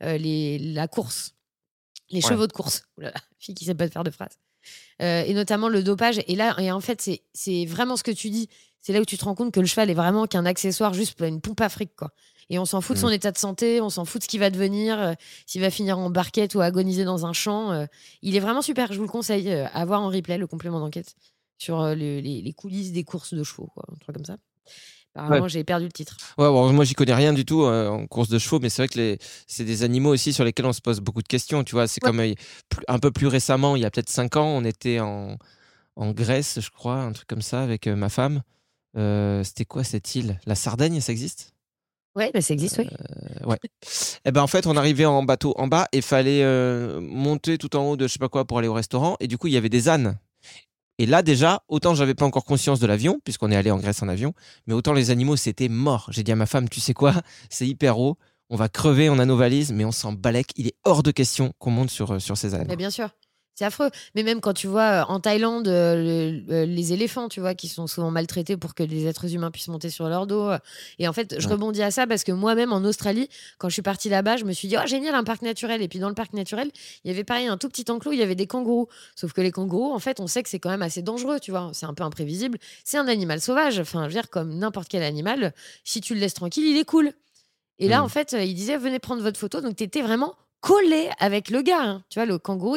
la course. Les chevaux de course. Ouh là là, fille qui sait pas faire de phrases. Et notamment le dopage. Et là, et en fait, c'est vraiment ce que tu dis. C'est là où tu te rends compte que le cheval est vraiment qu'un accessoire, juste une pompe à fric, quoi. Et on s'en fout de son état de santé, on s'en fout de ce qui va devenir, s'il va finir en barquette ou agoniser dans un champ. Il est vraiment super, je vous le conseille, à voir en replay, le complément d'enquête sur les coulisses des courses de chevaux, quoi, un truc comme ça. Apparemment, j'ai perdu le titre. Ouais, bon, moi j'y connais rien du tout en course de chevaux, mais c'est vrai que c'est des animaux aussi sur lesquels on se pose beaucoup de questions. Tu vois, c'est comme un peu plus récemment, il y a peut-être 5 ans, on était en Grèce, je crois, un truc comme ça, avec ma femme. C'était quoi cette île? La Sardaigne, ça existe? Ouais, bah, ça existe, oui. Ouais. Et ben en fait, on arrivait en bateau en bas et fallait monter tout en haut de je sais pas quoi pour aller au restaurant. Et du coup, il y avait des ânes. Et là, déjà, autant j'avais pas encore conscience de l'avion, puisqu'on est allé en Grèce en avion, mais autant les animaux, c'était mort. J'ai dit à ma femme, tu sais quoi, c'est hyper haut, on va crever, on a nos valises, mais on s'en balèque. Il est hors de question qu'on monte sur ces ânes. Mais bien sûr. C'est affreux. Mais même quand tu vois en Thaïlande, les éléphants, tu vois, qui sont souvent maltraités pour que les êtres humains puissent monter sur leur dos. Et en fait, je rebondis à ça parce que moi-même, en Australie, quand je suis partie là-bas, je me suis dit, oh, génial, un parc naturel. Et puis dans le parc naturel, il y avait pareil, un tout petit enclos, il y avait des kangourous. Sauf que les kangourous, en fait, on sait que c'est quand même assez dangereux, tu vois. C'est un peu imprévisible. C'est un animal sauvage. Enfin, je veux dire, comme n'importe quel animal, si tu le laisses tranquille, il est cool. Et là, en fait, il disait, venez prendre votre photo. Donc, tu étais vraiment collé avec le gars. Hein. Tu vois, le kangourou,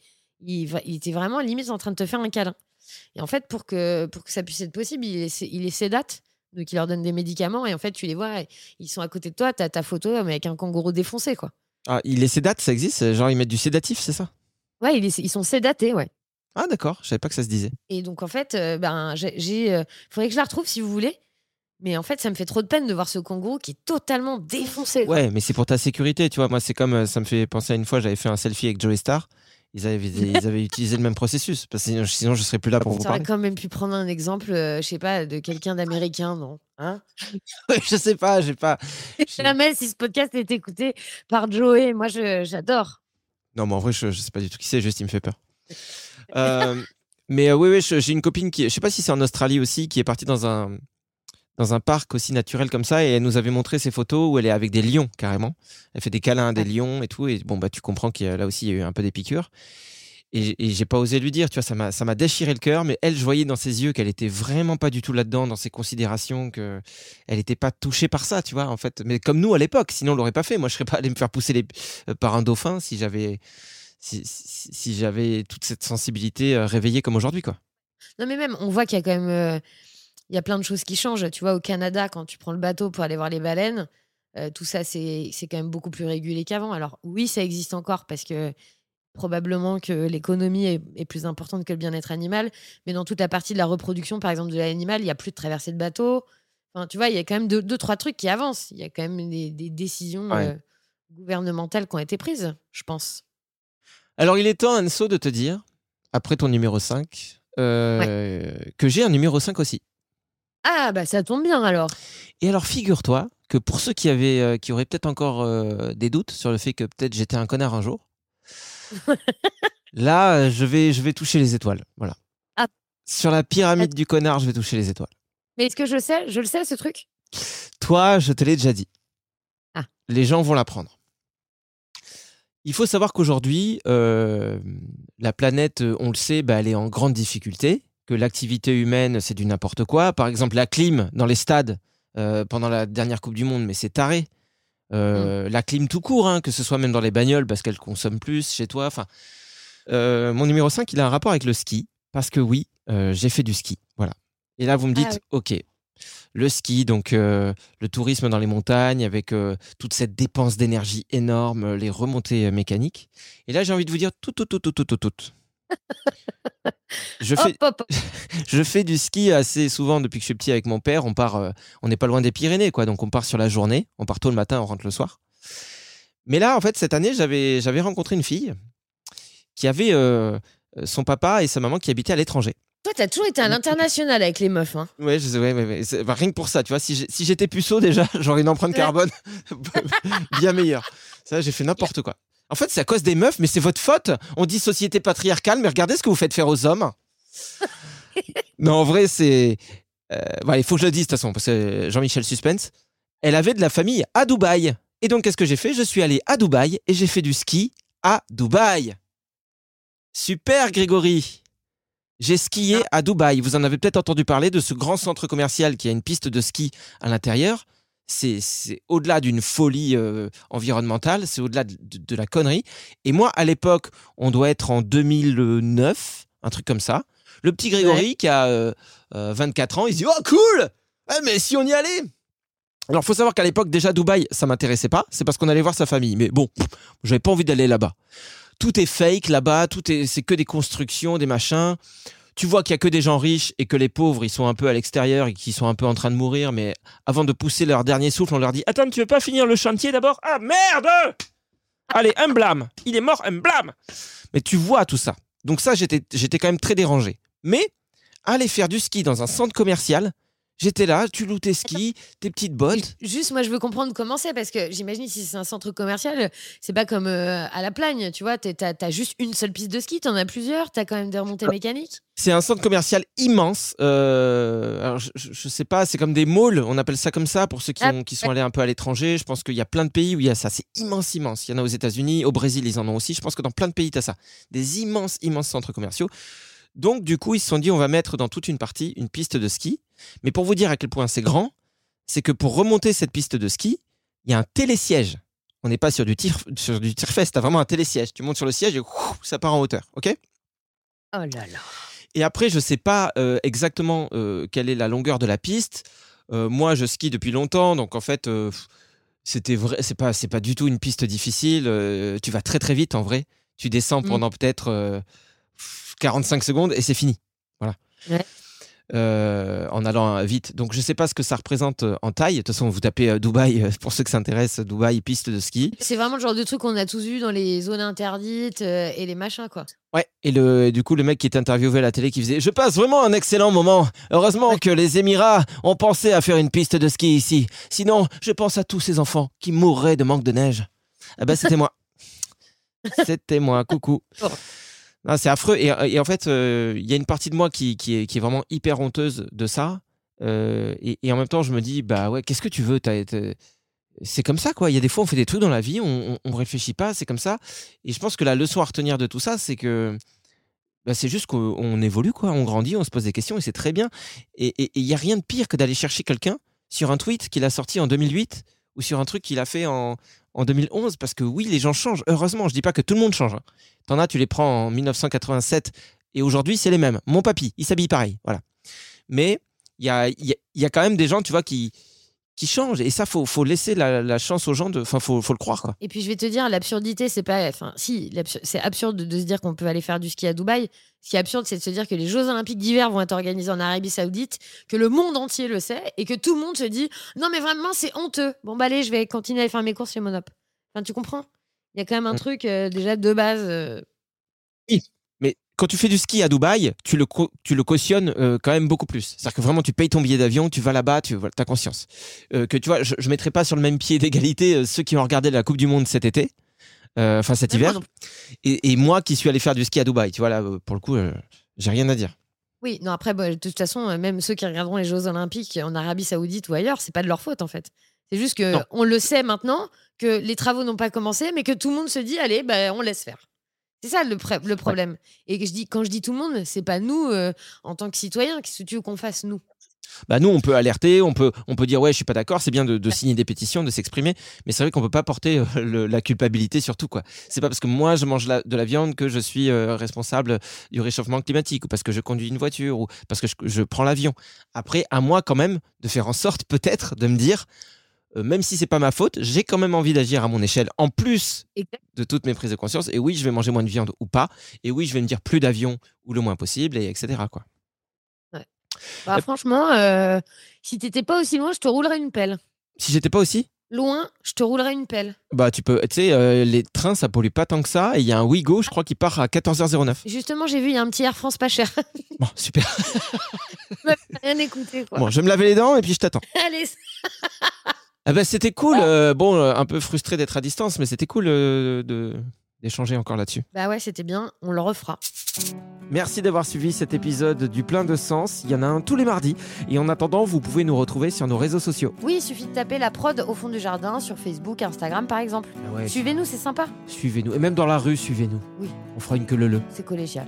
il était vraiment limite en train de te faire un câlin. Et en fait, pour que ça puisse être possible, il est sédate. Donc, il leur donne des médicaments. Et en fait, tu les vois, ils sont à côté de toi. Tu as ta photo mais avec un kangourou défoncé, quoi. Ah, il est sédate, ça existe? Genre, ils mettent du sédatif, c'est ça? Ouais, ils sont sédatés, ouais. Ah, d'accord, je savais pas que ça se disait. Et donc, en fait, faudrait que je la retrouve si vous voulez. Mais en fait, ça me fait trop de peine de voir ce kangourou qui est totalement défoncé. Quoi. Ouais, mais c'est pour ta sécurité, tu vois. Moi, c'est comme ça me fait penser à une fois, j'avais fait un selfie avec Joey Star. Ils avaient utilisé le même processus. Parce que sinon, je serais plus là pour vous Tu aurais parler. quand même pu prendre un exemple, je sais pas, de quelqu'un d'américain, non hein. Je sais pas, j'ai pas. Jamais si ce podcast est écouté par Joey. Moi, j'adore. Non, mais en vrai, je sais pas du tout qui c'est, juste il me fait peur. Mais oui, j'ai une copine qui, je sais pas si c'est en Australie aussi, qui est partie dans un parc aussi naturel comme ça, et elle nous avait montré ses photos où elle est avec des lions carrément. Elle fait des câlins à des lions et tout, et bon bah tu comprends qu'il y a, là aussi il y a eu un peu des piqûres. Et j'ai pas osé lui dire, tu vois, ça m'a déchiré le cœur, mais elle, je voyais dans ses yeux qu'elle était vraiment pas du tout là-dedans, dans ses considérations, que elle était pas touchée par ça, tu vois, en fait. Mais comme nous à l'époque, sinon on l'aurait pas fait. Moi, je serais pas allé me faire pousser par un dauphin si j'avais toute cette sensibilité réveillée comme aujourd'hui, quoi. Non, mais même, on voit qu'il y a quand même il y a plein de choses qui changent. Tu vois, au Canada, quand tu prends le bateau pour aller voir les baleines, tout ça, c'est quand même beaucoup plus régulé qu'avant. Alors oui, ça existe encore parce que probablement que l'économie est plus importante que le bien-être animal, mais dans toute la partie de la reproduction, par exemple, de l'animal, il n'y a plus de traversée de bateau. Enfin, tu vois, il y a quand même deux, trois trucs qui avancent. Il y a quand même des décisions gouvernementales qui ont été prises, je pense. Alors, il est temps, Anso, de te dire, après ton numéro 5, que j'ai un numéro 5 aussi. Ah, bah ça tombe bien alors. Et alors, figure-toi que pour ceux qui auraient peut-être encore des doutes sur le fait que peut-être j'étais un connard un jour, là, je vais toucher les étoiles. Voilà. Ah. Sur la pyramide du connard, je vais toucher les étoiles. Mais est-ce que je le sais, ce truc? Toi, je te l'ai déjà dit. Ah. Les gens vont l'apprendre. Il faut savoir qu'aujourd'hui, la planète, on le sait, elle est en grande difficulté, que l'activité humaine, c'est du n'importe quoi. Par exemple, la clim dans les stades pendant la dernière Coupe du Monde, mais c'est taré. La clim tout court, hein, que ce soit même dans les bagnoles, parce qu'elle consomme plus chez toi. Enfin, mon numéro 5, il a un rapport avec le ski, parce que oui, j'ai fait du ski. Voilà. Et là, vous me dites, ok, le ski, donc le tourisme dans les montagnes, avec toute cette dépense d'énergie énorme, les remontées mécaniques. Et là, j'ai envie de vous dire tout. Je fais du ski assez souvent depuis que je suis petit avec mon père. On n'est pas loin des Pyrénées, quoi. Donc on part sur la journée, on part tôt le matin, on rentre le soir. Mais là, en fait, cette année, j'avais rencontré une fille qui avait son papa et sa maman qui habitaient à l'étranger. Toi, t'as toujours été à l'international avec les meufs, hein. Ouais, rien que pour ça, tu vois. Si j'étais puceau déjà, j'aurais une empreinte carbone bien meilleure. Ça, j'ai fait n'importe quoi. En fait, c'est à cause des meufs, mais c'est votre faute. On dit société patriarcale, mais regardez ce que vous faites faire aux hommes. Non, en vrai, c'est... il faut que je le dise, de toute façon, parce que Jean-Michel Suspense, elle avait de la famille à Dubaï. Et donc, qu'est-ce que j'ai fait? Je suis allé à Dubaï et j'ai fait du ski à Dubaï. Super, Grégory. J'ai skié à Dubaï. Vous en avez peut-être entendu parler de ce grand centre commercial qui a une piste de ski à l'intérieur. C'est au-delà d'une folie environnementale, c'est au-delà de la connerie. Et moi, à l'époque, on doit être en 2009, un truc comme ça. Le petit Grégory qui a 24 ans, il se dit « Oh, cool! Mais si on y allait !» Alors, il faut savoir qu'à l'époque, déjà, Dubaï, ça ne m'intéressait pas. C'est parce qu'on allait voir sa famille. Mais bon, j'avais pas envie d'aller là-bas. Tout est fake là-bas, c'est que des constructions, des machins. Tu vois qu'il n'y a que des gens riches et que les pauvres, ils sont un peu à l'extérieur et qu'ils sont un peu en train de mourir. Mais avant de pousser leur dernier souffle, on leur dit « Attends, tu veux pas finir le chantier d'abord? Ah, merde! Allez, un blâme! Il est mort, un blâme !» Mais tu vois tout ça. Donc ça, j'étais quand même très dérangé. Mais aller faire du ski dans un centre commercial, j'étais là, tu loues tes skis, tes petites bottes. Juste, moi, je veux comprendre comment c'est, parce que j'imagine si c'est un centre commercial, c'est pas comme à la Plagne, tu vois, t'as juste une seule piste de ski, t'en as plusieurs, t'as quand même des remontées mécaniques. C'est un centre commercial immense. Alors, je sais pas, c'est comme des malls, on appelle ça comme ça pour ceux qui sont allés un peu à l'étranger. Je pense qu'il y a plein de pays où il y a ça. C'est immense. Il y en a aux États-Unis, au Brésil, ils en ont aussi. Je pense que dans plein de pays, t'as ça. Des immenses centres commerciaux. Donc, du coup, ils se sont dit, on va mettre dans toute une partie une piste de ski. Mais pour vous dire à quel point c'est grand, c'est que pour remonter cette piste de ski, il y a un télésiège. On n'est pas sur du tir-fest, t'as vraiment un télésiège. Tu montes sur le siège et ça part en hauteur, ok? Oh là là. Et après, je ne sais pas exactement quelle est la longueur de la piste. Moi, je skie depuis longtemps, donc en fait, c'était vrai. C'est pas du tout une piste difficile. Tu vas très très vite en vrai. Tu descends pendant peut-être 45 secondes et c'est fini. Voilà. Ouais. en allant vite. Donc je sais pas ce que ça représente en taille. De toute façon, vous tapez Dubaï, pour ceux que ça intéresse, Dubaï, piste de ski. C'est vraiment le genre de truc qu'on a tous vu dans les zones interdites et les machins, quoi. Ouais, et du coup, le mec qui était interviewé à la télé qui faisait « Je passe vraiment un excellent moment. Heureusement que les Émirats ont pensé à faire une piste de ski ici. Sinon, je pense à tous ces enfants qui mourraient de manque de neige. » Ah bah, c'était moi. C'était moi, coucou. Non, c'est affreux. Et en fait, il y a une partie de moi qui est vraiment hyper honteuse de ça. Et en même temps, je me dis, bah ouais, qu'est-ce que tu veux c'est comme ça, quoi. Il y a des fois, on fait des trucs dans la vie, on réfléchit pas, c'est comme ça. Et je pense que la leçon à retenir de tout ça, c'est que c'est juste qu'on évolue, quoi. On grandit, on se pose des questions et c'est très bien. Et il y a rien de pire que d'aller chercher quelqu'un sur un tweet qu'il a sorti en 2008 ou sur un truc qu'il a fait en 2011, parce que oui, les gens changent. Heureusement, je dis pas que tout le monde change. T'en as, tu les prends en 1987 et aujourd'hui, c'est les mêmes. Mon papy, il s'habille pareil, voilà. Mais il y a quand même des gens, tu vois, qui changent. Et ça, faut laisser la chance aux gens. Enfin, faut le croire, quoi. Et puis, je vais te dire, l'absurdité, c'est pas... Enfin, si, c'est absurde de se dire qu'on peut aller faire du ski à Dubaï. Ce qui est absurde, c'est de se dire que les Jeux Olympiques d'hiver vont être organisés en Arabie Saoudite, que le monde entier le sait, et que tout le monde se dit « Non, mais vraiment, c'est honteux. Bon, bah allez, je vais continuer à aller faire mes courses chez Monop. » Enfin, tu comprends ? Il y a quand même un truc, déjà, de base... Oui. Mais quand tu fais du ski à Dubaï, tu le cautionnes quand même beaucoup plus. C'est-à-dire que vraiment, tu payes ton billet d'avion, tu vas là-bas, t'as conscience. Que tu vois, je ne mettrai pas sur le même pied d'égalité ceux qui ont regardé la Coupe du Monde cet été, cet hiver, et moi qui suis allé faire du ski à Dubaï. Tu vois, là, pour le coup, j'ai rien à dire. Oui, non, après, de toute façon, même ceux qui regarderont les Jeux Olympiques en Arabie Saoudite ou ailleurs, c'est pas de leur faute, en fait. C'est juste qu'on le sait maintenant, que les travaux n'ont pas commencé, mais que tout le monde se dit, allez, on laisse faire. C'est ça le problème. Ouais. Et quand je dis tout le monde, c'est pas nous en tant que citoyens. Qu'est-ce que tu veux qu'on fasse, nous ? Nous, on peut alerter, on peut dire ouais, je suis pas d'accord, c'est bien de signer des pétitions, de s'exprimer, mais c'est vrai qu'on peut pas porter la culpabilité sur tout, quoi. C'est pas parce que moi je mange de la viande que je suis responsable du réchauffement climatique, ou parce que je conduis une voiture, ou parce que je prends l'avion. Après, à moi quand même de faire en sorte peut-être de me dire, même si c'est pas ma faute, j'ai quand même envie d'agir à mon échelle, en plus de toutes mes prises de conscience. Et oui, je vais manger moins de viande ou pas. Et oui, je vais me dire plus d'avion ou le moins possible, et etc., quoi. Ouais. Franchement, si t'étais pas aussi loin, je te roulerais une pelle. Si j'étais pas aussi loin, je te roulerais une pelle. Tu peux, tu sais, les trains, ça pollue pas tant que ça. Et il y a un Ouigo, je crois, qui part à 14h09. Justement, j'ai vu, il y a un petit Air France pas cher. Bon, super. Rien écouté, quoi. Bon, je vais me laver les dents et puis je t'attends. Allez. C'était cool. Un peu frustré d'être à distance, mais c'était cool d'échanger encore là-dessus. Bah ouais, c'était bien. On le refera. Merci d'avoir suivi cet épisode du Plein de Sens. Il y en a un tous les mardis. Et en attendant, vous pouvez nous retrouver sur nos réseaux sociaux. Oui, il suffit de taper la prod au fond du jardin sur Facebook, Instagram par exemple. Ah ouais, suivez-nous, c'est sympa. Suivez-nous. Et même dans la rue, suivez-nous. Oui. On fera une queue leu. C'est collégial.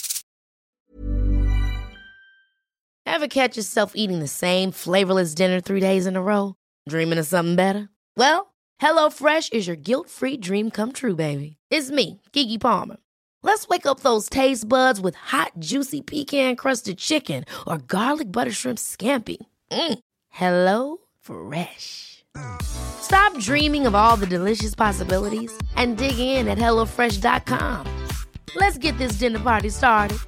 Ever catch yourself eating the same flavorless dinner 3 days in a row? Dreaming of something better? Well, HelloFresh is your guilt-free dream come true, baby. It's me, Keke Palmer. Let's wake up those taste buds with hot, juicy pecan-crusted chicken or garlic butter shrimp scampi. Hello Fresh. Stop dreaming of all the delicious possibilities and dig in at HelloFresh.com. Let's get this dinner party started.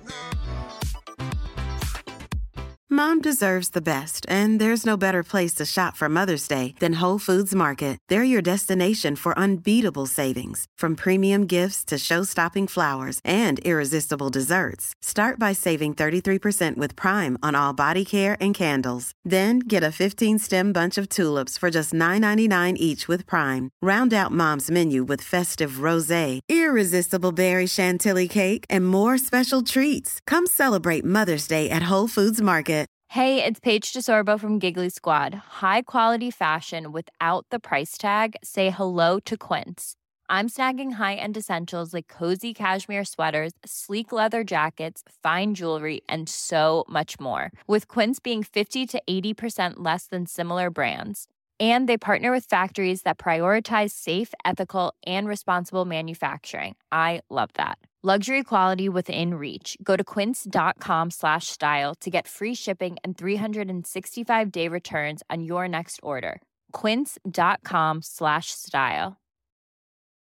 Mom deserves the best, and there's no better place to shop for Mother's Day than Whole Foods Market. They're your destination for unbeatable savings, from premium gifts to show-stopping flowers and irresistible desserts. Start by saving 33% with Prime on all body care and candles. Then get a 15-stem bunch of tulips for just $9.99 each with Prime. Round out Mom's menu with festive rosé, irresistible berry chantilly cake, and more special treats. Come celebrate Mother's Day at Whole Foods Market. Hey, it's Paige DeSorbo from Giggly Squad. High quality fashion without the price tag. Say hello to Quince. I'm snagging high-end essentials like cozy cashmere sweaters, sleek leather jackets, fine jewelry, and so much more. With Quince being 50 to 80% less than similar brands. And they partner with factories that prioritize safe, ethical, and responsible manufacturing. I love that. Luxury quality within reach. Go to quince.com/style to get free shipping and 365-day returns on your next order. Quince.com/style.